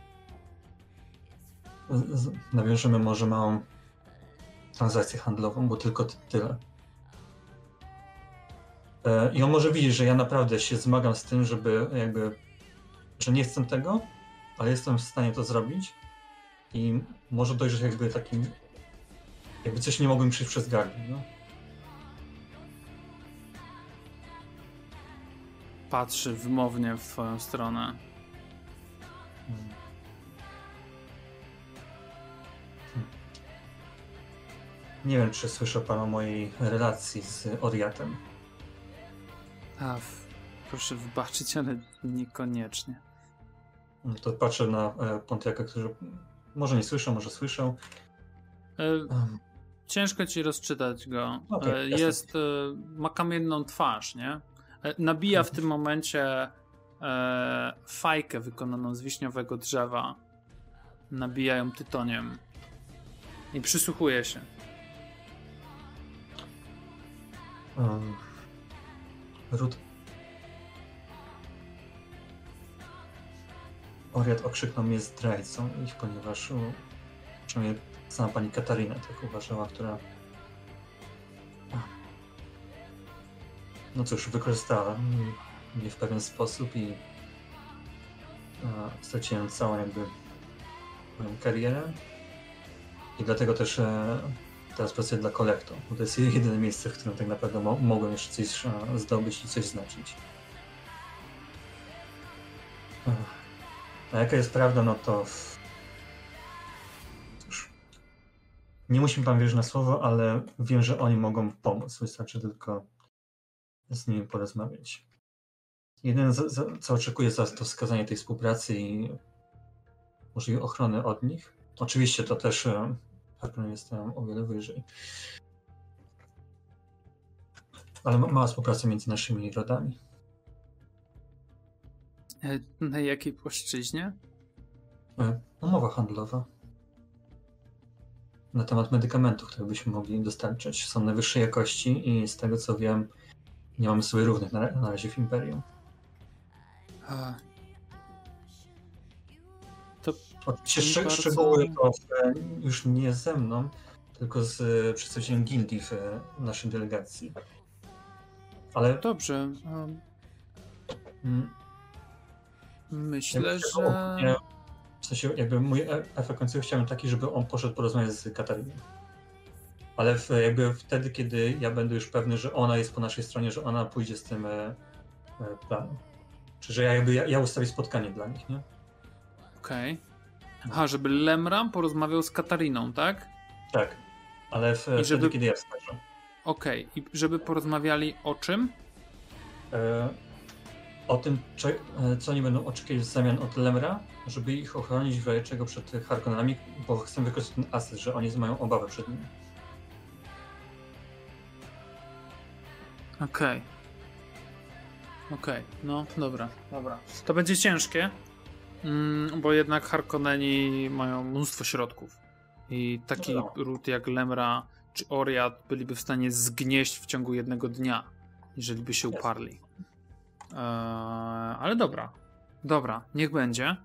nawiążemy może małą transakcję handlową, bo tylko tyle. I on może widzieć, że ja naprawdę się zmagam z tym, że nie chcę tego, ale jestem w stanie to zrobić i może dojrzeć jakby coś nie mogło mi przyjść przez gardło. No? Patrzy wymownie w twoją stronę. Nie wiem, czy słyszał pan o mojej relacji z Oriatem. Proszę wybaczyć, ale niekoniecznie. To patrzę na Pontiaca, który może nie słyszał, może słyszał. Ciężko ci rozczytać go. Okay, ma kamienną twarz, nie? Nabija w tym momencie fajkę wykonaną z wiśniowego drzewa. Nabija ją tytoniem i przysłuchuje się. Ród. Oriat okrzyknął mnie zdrajcą, ponieważ przynajmniej sama pani Katarina tak uważała, która no cóż, wykorzystała mnie w pewien sposób i straciłem całą moją karierę i dlatego też teraz pracuję dla Kolekto, bo to jest jedyne miejsce, w którym tak naprawdę mogłem jeszcze coś zdobyć i coś znaczyć. A jaka jest prawda, no to cóż, nie musi pan wierzyć na słowo, ale wiem, że oni mogą pomóc, wystarczy tylko z nimi porozmawiać. Jedyne, co oczekuję, to wskazanie tej współpracy i możliwej ochrony od nich. Oczywiście to też jestem o wiele wyżej. Ale mała współpraca między naszymi rodami. Na jakiej płaszczyźnie? Umowa handlowa. Na temat medykamentów, które byśmy mogli dostarczać. Są najwyższej jakości i z tego co wiem, nie mamy sobie równych na razie w Imperium. To oczywiście szczegóły to już nie ze mną, tylko z przedstawicielem gildii w naszej delegacji. Ale dobrze. Myślę, że... W sensie mój efekt końcowy chciałem taki, żeby on poszedł porozmawiać z Katariną. Ale jakby wtedy, kiedy ja będę już pewny, że ona jest po naszej stronie, że ona pójdzie z tym planem. Czy że ja ustawię spotkanie dla nich, nie? Okej. Aha, żeby Lemram porozmawiał z Katariną, tak? Tak. Ale wtedy, kiedy ja wskażę. Okej. I żeby porozmawiali o czym? O tym, co oni będą oczekiwać w zamian od Lemra, żeby ich ochronić w razie czego przed Harkonnenami, bo chcę wykorzystać ten aset, że oni mają obawę przed nimi. Okej, no dobra. To będzie ciężkie, bo jednak Harkonneni mają mnóstwo środków. I taki ród jak Lemra czy Oriat byliby w stanie zgnieść w ciągu jednego dnia, jeżeli by się uparli. Ale dobra, niech będzie.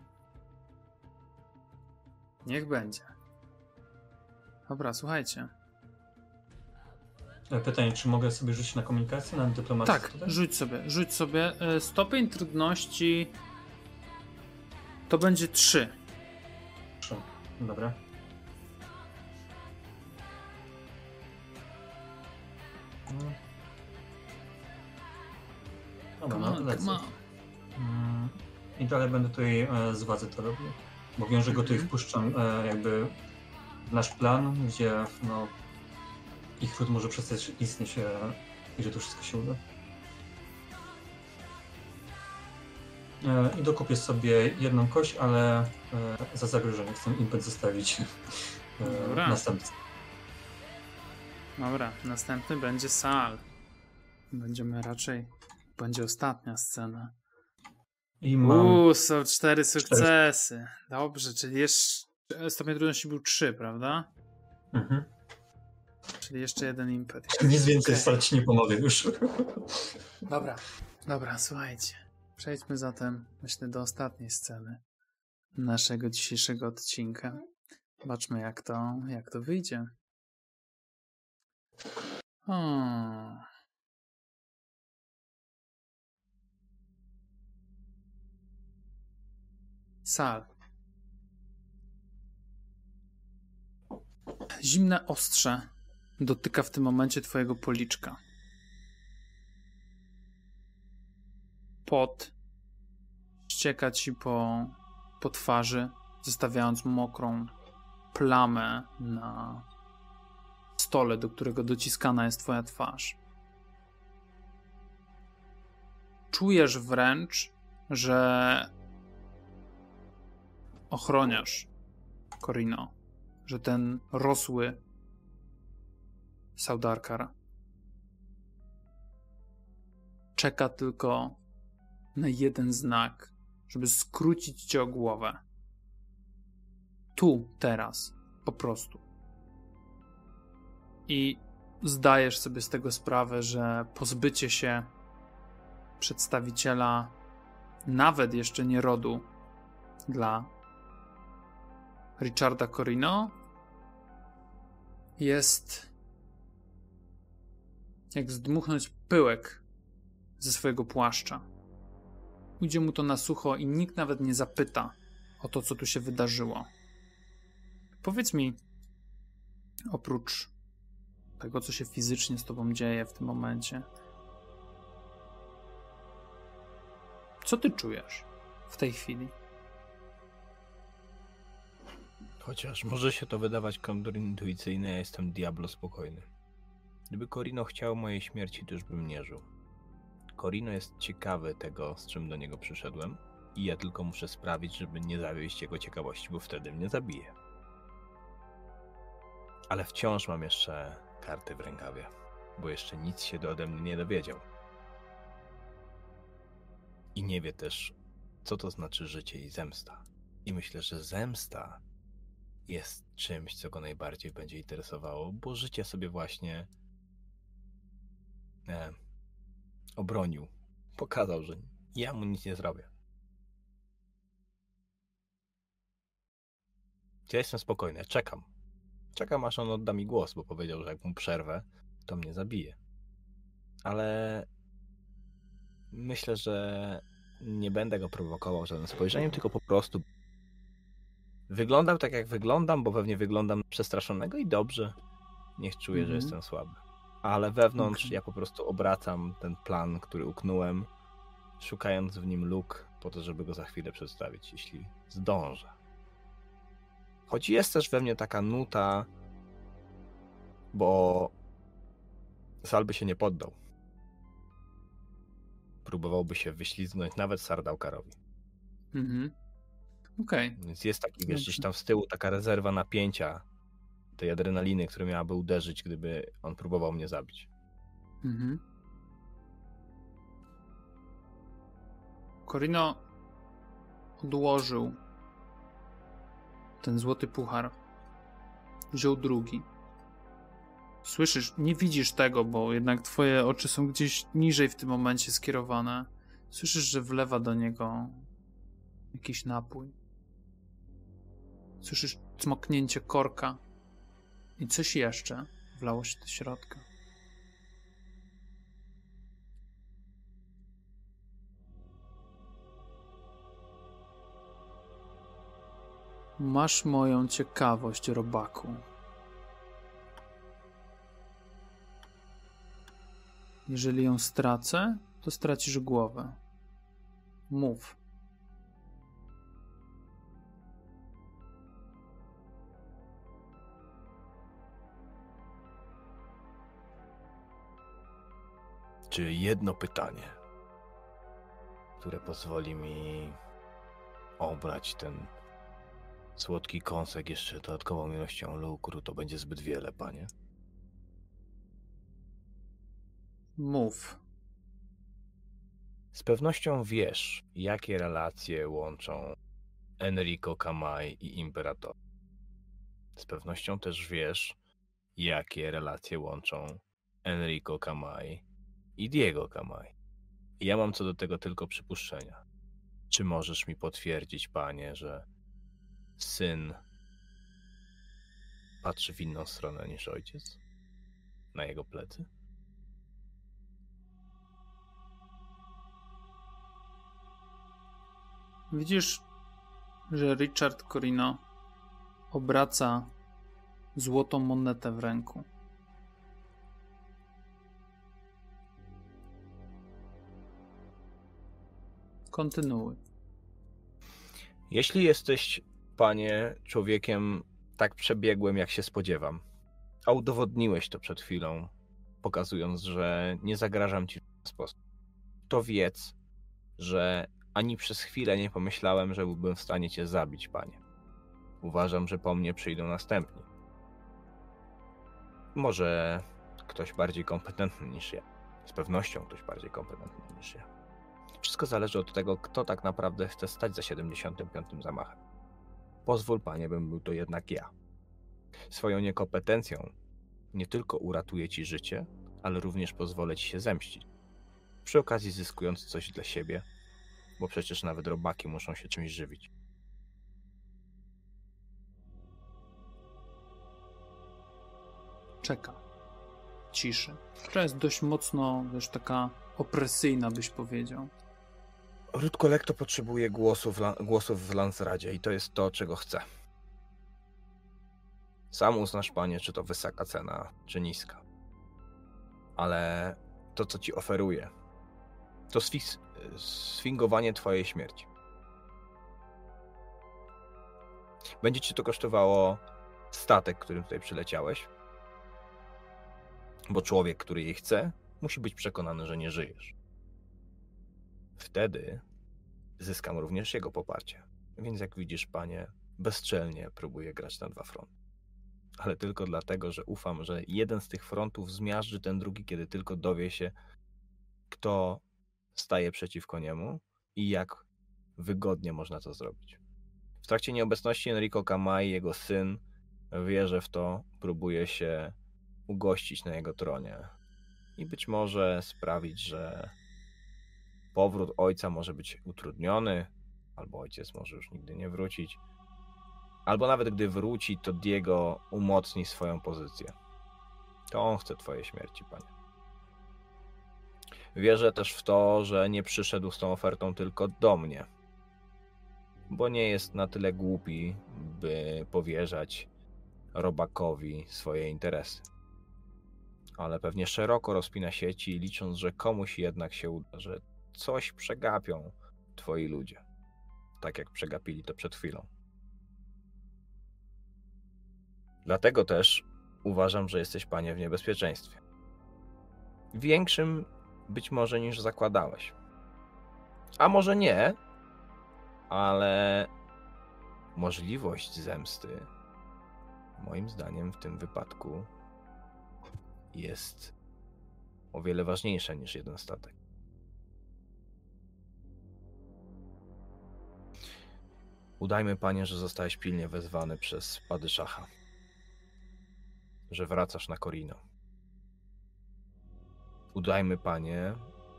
Dobra, słuchajcie. Pytanie, czy mogę sobie rzucić na komunikację, na dyplomację? Tak, tutaj? rzuć sobie. Stopień trudności to będzie 3. 3. Dobra. Dobra, no to lecę. I dalej będę tutaj z władzy to robił. Bo wiem, że go tutaj wpuszczam jakby w nasz plan, gdzie no, ich ród może przestać istnieć i że to wszystko się uda. I dokupię sobie jedną kość, ale za zagrożenie chcę impet zostawić następcy. Dobra, następny będzie Sal. Będzie ostatnia scena. I mam... są 4 sukcesy. Dobrze, czyli jeszcze stopień trudności był 3, prawda? Mhm. Czyli jeszcze jeden impet. Nic więcej starć nie pomogę już. Dobra, słuchajcie. Przejdźmy zatem, myślę, do ostatniej sceny naszego dzisiejszego odcinka. Zobaczmy, jak to wyjdzie. Sal. Zimne ostrze dotyka w tym momencie twojego policzka. Pot ścieka ci po twarzy, zostawiając mokrą plamę na stole, do którego dociskana jest twoja twarz. Czujesz wręcz, że ochroniarz Corino, że ten rosły Saudarkar czeka tylko na jeden znak, żeby skrócić cię o głowę. Tu, teraz, po prostu. I zdajesz sobie z tego sprawę, że pozbycie się przedstawiciela nawet jeszcze nie rodu dla Richarda Corino jest jak zdmuchnąć pyłek ze swojego płaszcza. Ujdzie mu to na sucho i nikt nawet nie zapyta o to, co tu się wydarzyło. Powiedz mi, oprócz tego, co się fizycznie z tobą dzieje w tym momencie, co ty czujesz w tej chwili? Chociaż może się to wydawać kontrintuicyjne, ja jestem diablo spokojny. Gdyby Corino chciał mojej śmierci, to już bym nie żył. Corino jest ciekawy tego, z czym do niego przyszedłem i ja tylko muszę sprawić, żeby nie zawieść jego ciekawości, bo wtedy mnie zabije. Ale wciąż mam jeszcze karty w rękawie, bo jeszcze nic się ode mnie nie dowiedział. I nie wie też, co to znaczy życie i zemsta. I myślę, że zemsta jest czymś, co go najbardziej będzie interesowało, bo życie sobie właśnie obronił. Pokazał, że ja mu nic nie zrobię. Ja jestem spokojny, czekam. Czekam, aż on odda mi głos, bo powiedział, że jak mu przerwę, to mnie zabije. Ale myślę, że nie będę go prowokował żadnym spojrzeniem, tylko po prostu wyglądam tak, jak wyglądam, bo pewnie wyglądam przestraszonego i dobrze. Niech czuje, że jestem słaby. Ale wewnątrz ja po prostu obracam ten plan, który uknąłem, szukając w nim luk po to, żeby go za chwilę przedstawić, jeśli zdążę. Choć jest też we mnie taka nuta, bo Sal by się nie poddał. Próbowałby się wyślizgnąć nawet Sardaukar-owi. Okej. Więc jest taki, wiesz, gdzieś tam z tyłu taka rezerwa napięcia, tej adrenaliny, która miałaby uderzyć, gdyby on próbował mnie zabić. Corino odłożył ten złoty puchar. Wziął drugi. Słyszysz, nie widzisz tego, bo jednak twoje oczy są gdzieś niżej w tym momencie skierowane. Słyszysz, że wlewa do niego jakiś napój. Słyszysz cmoknięcie korka i coś jeszcze wlało się do środka. Masz moją ciekawość, robaku. Jeżeli ją stracę, to stracisz głowę. Mów. Czy jedno pytanie, które pozwoli mi obrać ten słodki kąsek jeszcze dodatkową ilością lukru, to będzie zbyt wiele, panie? Mów. Z pewnością wiesz, jakie relacje łączą Enrico Camai i Imperator. Z pewnością też wiesz, jakie relacje łączą Enrico Camai i Diego Camai. Ja mam co do tego tylko przypuszczenia. Czy możesz mi potwierdzić, panie, że syn patrzy w inną stronę niż ojciec? Na jego plecy? Widzisz, że Richard Corino obraca złotą monetę w ręku. Kontynuuj. Jeśli jesteś, panie, człowiekiem tak przebiegłym, jak się spodziewam, a udowodniłeś to przed chwilą, pokazując, że nie zagrażam ci w ten sposób, to wiedz, że ani przez chwilę nie pomyślałem, że byłbym w stanie cię zabić, panie. Uważam, że po mnie przyjdą następni. Może ktoś bardziej kompetentny niż ja. Z pewnością ktoś bardziej kompetentny niż ja. Wszystko zależy od tego, kto tak naprawdę chce stać za 75. zamachem. Pozwól, panie, bym był to jednak ja. Swoją niekompetencją nie tylko uratuję ci życie, ale również pozwolę ci się zemścić. Przy okazji zyskując coś dla siebie, bo przecież nawet robaki muszą się czymś żywić. Czeka. Ciszy. Która jest dość mocno, wiesz, taka opresyjna, byś powiedział. Ród Kolekto potrzebuje głosów w Lansradzie i to jest to, czego chcę. Sam uznasz, panie, czy to wysoka cena, czy niska. Ale to, co ci oferuję, to sfingowanie twojej śmierci. Będzie ci to kosztowało statek, którym tutaj przyleciałeś, bo człowiek, który jej chce, musi być przekonany, że nie żyjesz. Wtedy zyskam również jego poparcie. Więc jak widzisz, panie, bezczelnie próbuję grać na dwa fronty. Ale tylko dlatego, że ufam, że jeden z tych frontów zmiażdży ten drugi, kiedy tylko dowie się, kto staje przeciwko niemu i jak wygodnie można to zrobić. W trakcie nieobecności Enrico Camai, jego syn, wierzę w to, próbuje się ugościć na jego tronie. I być może sprawić, że powrót ojca może być utrudniony, albo ojciec może już nigdy nie wrócić, albo nawet gdy wróci, to Diego umocni swoją pozycję. To on chce twojej śmierci, panie. Wierzę też w to, że nie przyszedł z tą ofertą tylko do mnie, bo nie jest na tyle głupi, by powierzać robakowi swoje interesy. ale pewnie szeroko rozpina sieci, licząc, że komuś jednak się uda, że coś przegapią twoi ludzie. Tak jak przegapili to przed chwilą. Dlatego też uważam, że jesteś, panie, w niebezpieczeństwie. Większym być może niż zakładałeś. A może nie, ale możliwość zemsty, moim zdaniem w tym wypadku, jest o wiele ważniejsza niż jeden statek. Udajmy, panie, że zostałeś pilnie wezwany przez Padyszacha, że wracasz na Corino. Udajmy, panie,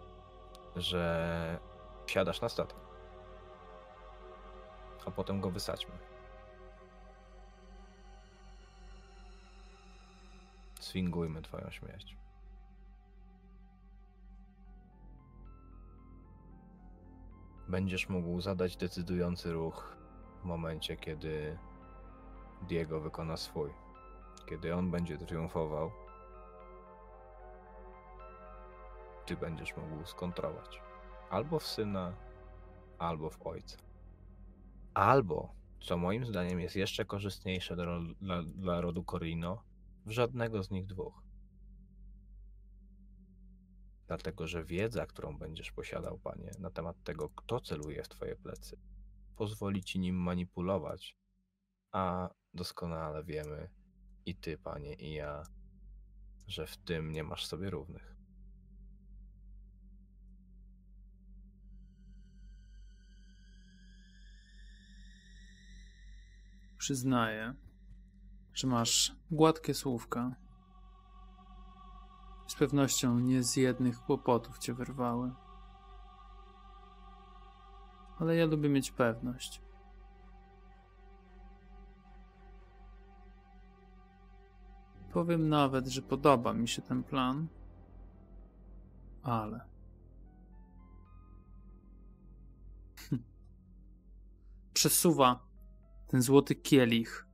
że wsiadasz na statek, a potem go wysadźmy. Swingujmy twoją śmierć. Będziesz mógł zadać decydujący ruch w momencie, kiedy Diego wykona swój. Kiedy on będzie triumfował, ty będziesz mógł skontrować. Albo w syna, albo w ojca. Albo, co moim zdaniem jest jeszcze korzystniejsze dla rodu Corino, w żadnego z nich dwóch. Dlatego, że wiedza, którą będziesz posiadał, panie, na temat tego, kto celuje w twoje plecy, pozwoli ci nim manipulować, a doskonale wiemy, i ty, panie, i ja, że w tym nie masz sobie równych. Przyznaję, że masz gładkie słówka. Z pewnością nie z jednych kłopotów cię wyrwały. Ale ja lubię mieć pewność. Powiem nawet, że podoba mi się ten plan, ale... Przesuwa ten złoty kielich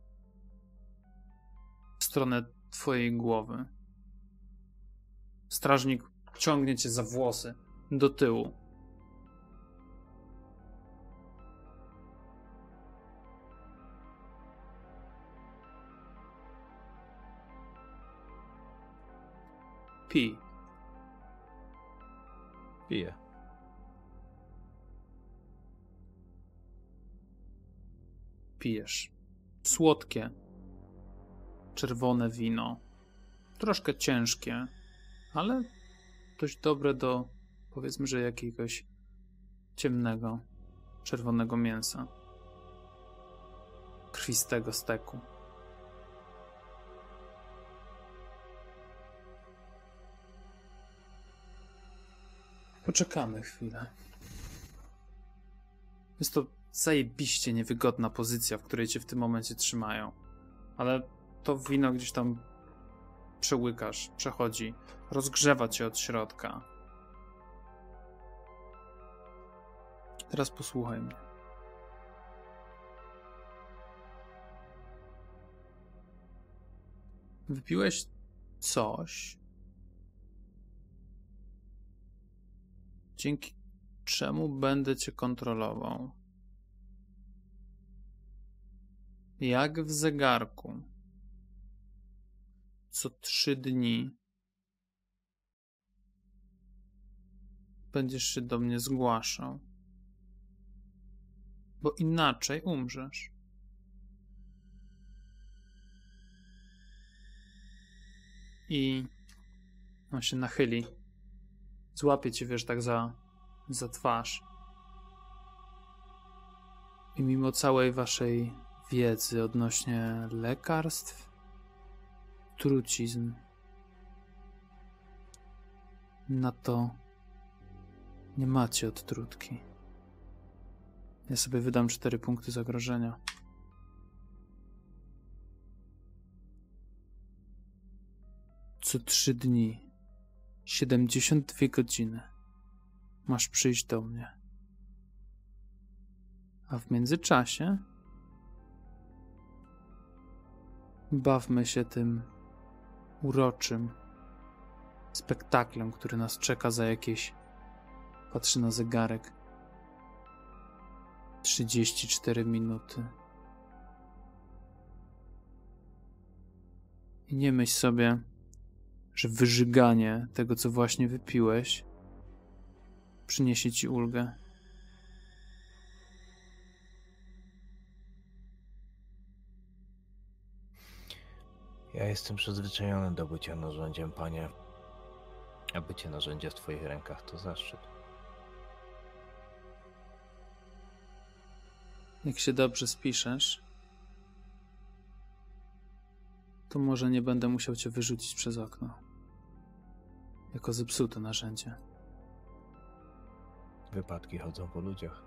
w stronę twojej głowy. Strażnik ciągnie cię za włosy do tyłu. Pij. Piję. Pijesz. Słodkie, czerwone wino. Troszkę ciężkie, ale dość dobre do, powiedzmy, że jakiegoś ciemnego, czerwonego mięsa. Krwistego steku. Poczekamy chwilę. Jest to zajebiście niewygodna pozycja, w której cię w tym momencie trzymają. Ale to wino gdzieś tam przełykasz, przechodzi, rozgrzewa cię od środka. Teraz posłuchaj mnie. Wypiłeś coś, dzięki czemu będę cię kontrolował. Jak w zegarku. Co 3 dni będziesz się do mnie zgłaszał. Bo inaczej umrzesz. I on się nachyli. Złapie cię, wiesz, tak za twarz. I mimo całej waszej wiedzy odnośnie lekarstw, trucizn, na to nie macie odtrutki. Ja sobie wydam 4 punkty zagrożenia. Co 3 dni, 72 godziny masz przyjść do mnie. A w międzyczasie bawmy się tym uroczym spektaklem, który nas czeka za jakieś... Patrzy na zegarek. 34 minuty. I nie myśl sobie, że wyżyganie tego, co właśnie wypiłeś, przyniesie ci ulgę. Ja jestem przyzwyczajony do bycia narzędziem, panie. A bycie narzędziem w twoich rękach to zaszczyt. Jak się dobrze spiszesz, to może nie będę musiał cię wyrzucić przez okno. Jako zepsute narzędzie. Wypadki chodzą po ludziach.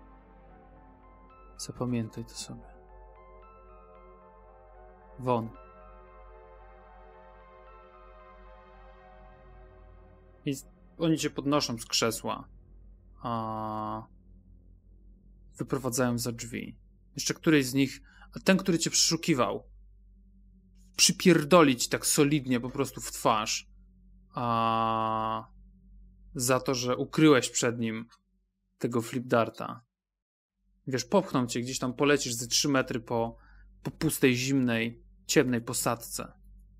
Zapamiętaj to sobie. Won. I oni cię podnoszą z krzesła. A wyprowadzają za drzwi. Jeszcze któryś z nich, a ten, który cię przeszukiwał, przypierdoli ci tak solidnie po prostu w twarz. Za to, że ukryłeś przed nim tego flipdarta. Wiesz, popchną cię, gdzieś tam polecisz ze 3 metry po pustej, zimnej, ciemnej posadzce.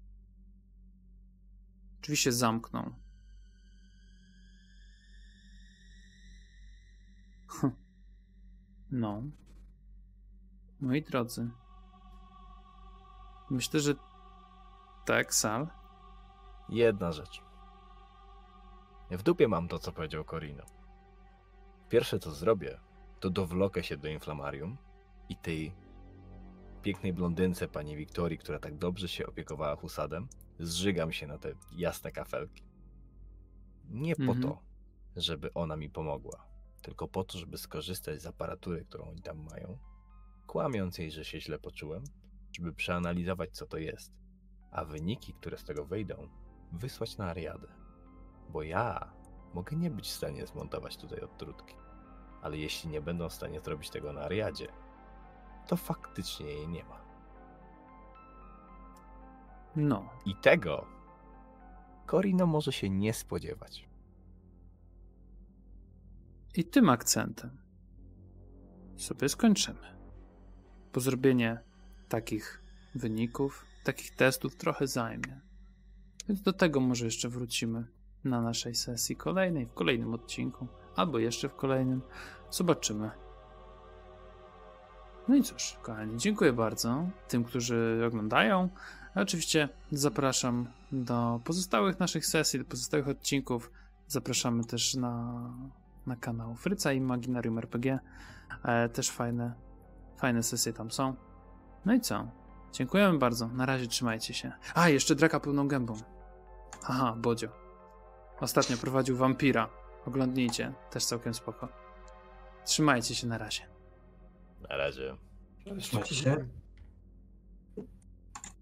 Drzwi się zamkną. No. Moi drodzy. Myślę, że tak, Sal. Jedna rzecz. W dupie mam to, co powiedział Corino. Pierwsze, co zrobię, to dowlokę się do inflamarium i tej pięknej blondynce pani Wiktorii, która tak dobrze się opiekowała Husadem, zżygam się na te jasne kafelki. Nie po to, żeby ona mi pomogła, tylko po to, żeby skorzystać z aparatury, którą oni tam mają, kłamiąc jej, że się źle poczułem, żeby przeanalizować, co to jest, a wyniki, które z tego wyjdą, wysłać na Ariadę. Bo ja mogę nie być w stanie zmontować tutaj odtrutki, ale jeśli nie będą w stanie zrobić tego na Ariadzie, to faktycznie jej nie ma. No. I tego Corino może się nie spodziewać. I tym akcentem sobie skończymy. Bo zrobienie takich wyników, takich testów trochę zajmie. Więc do tego może jeszcze wrócimy na naszej sesji kolejnej, w kolejnym odcinku, albo jeszcze w kolejnym. Zobaczymy. No i cóż, kochani, dziękuję bardzo tym, którzy oglądają. A oczywiście zapraszam do pozostałych naszych sesji, do pozostałych odcinków. Zapraszamy też na kanał Fryca i Imaginarium RPG. Też fajne sesje tam są. No i co? Dziękujemy bardzo. Na razie trzymajcie się. A, jeszcze Draka pełną gębą. Aha, Bodzio. Ostatnio prowadził Wampira. Oglądnijcie. Też całkiem spoko. Trzymajcie się, na razie. Na razie. Trzymajcie się.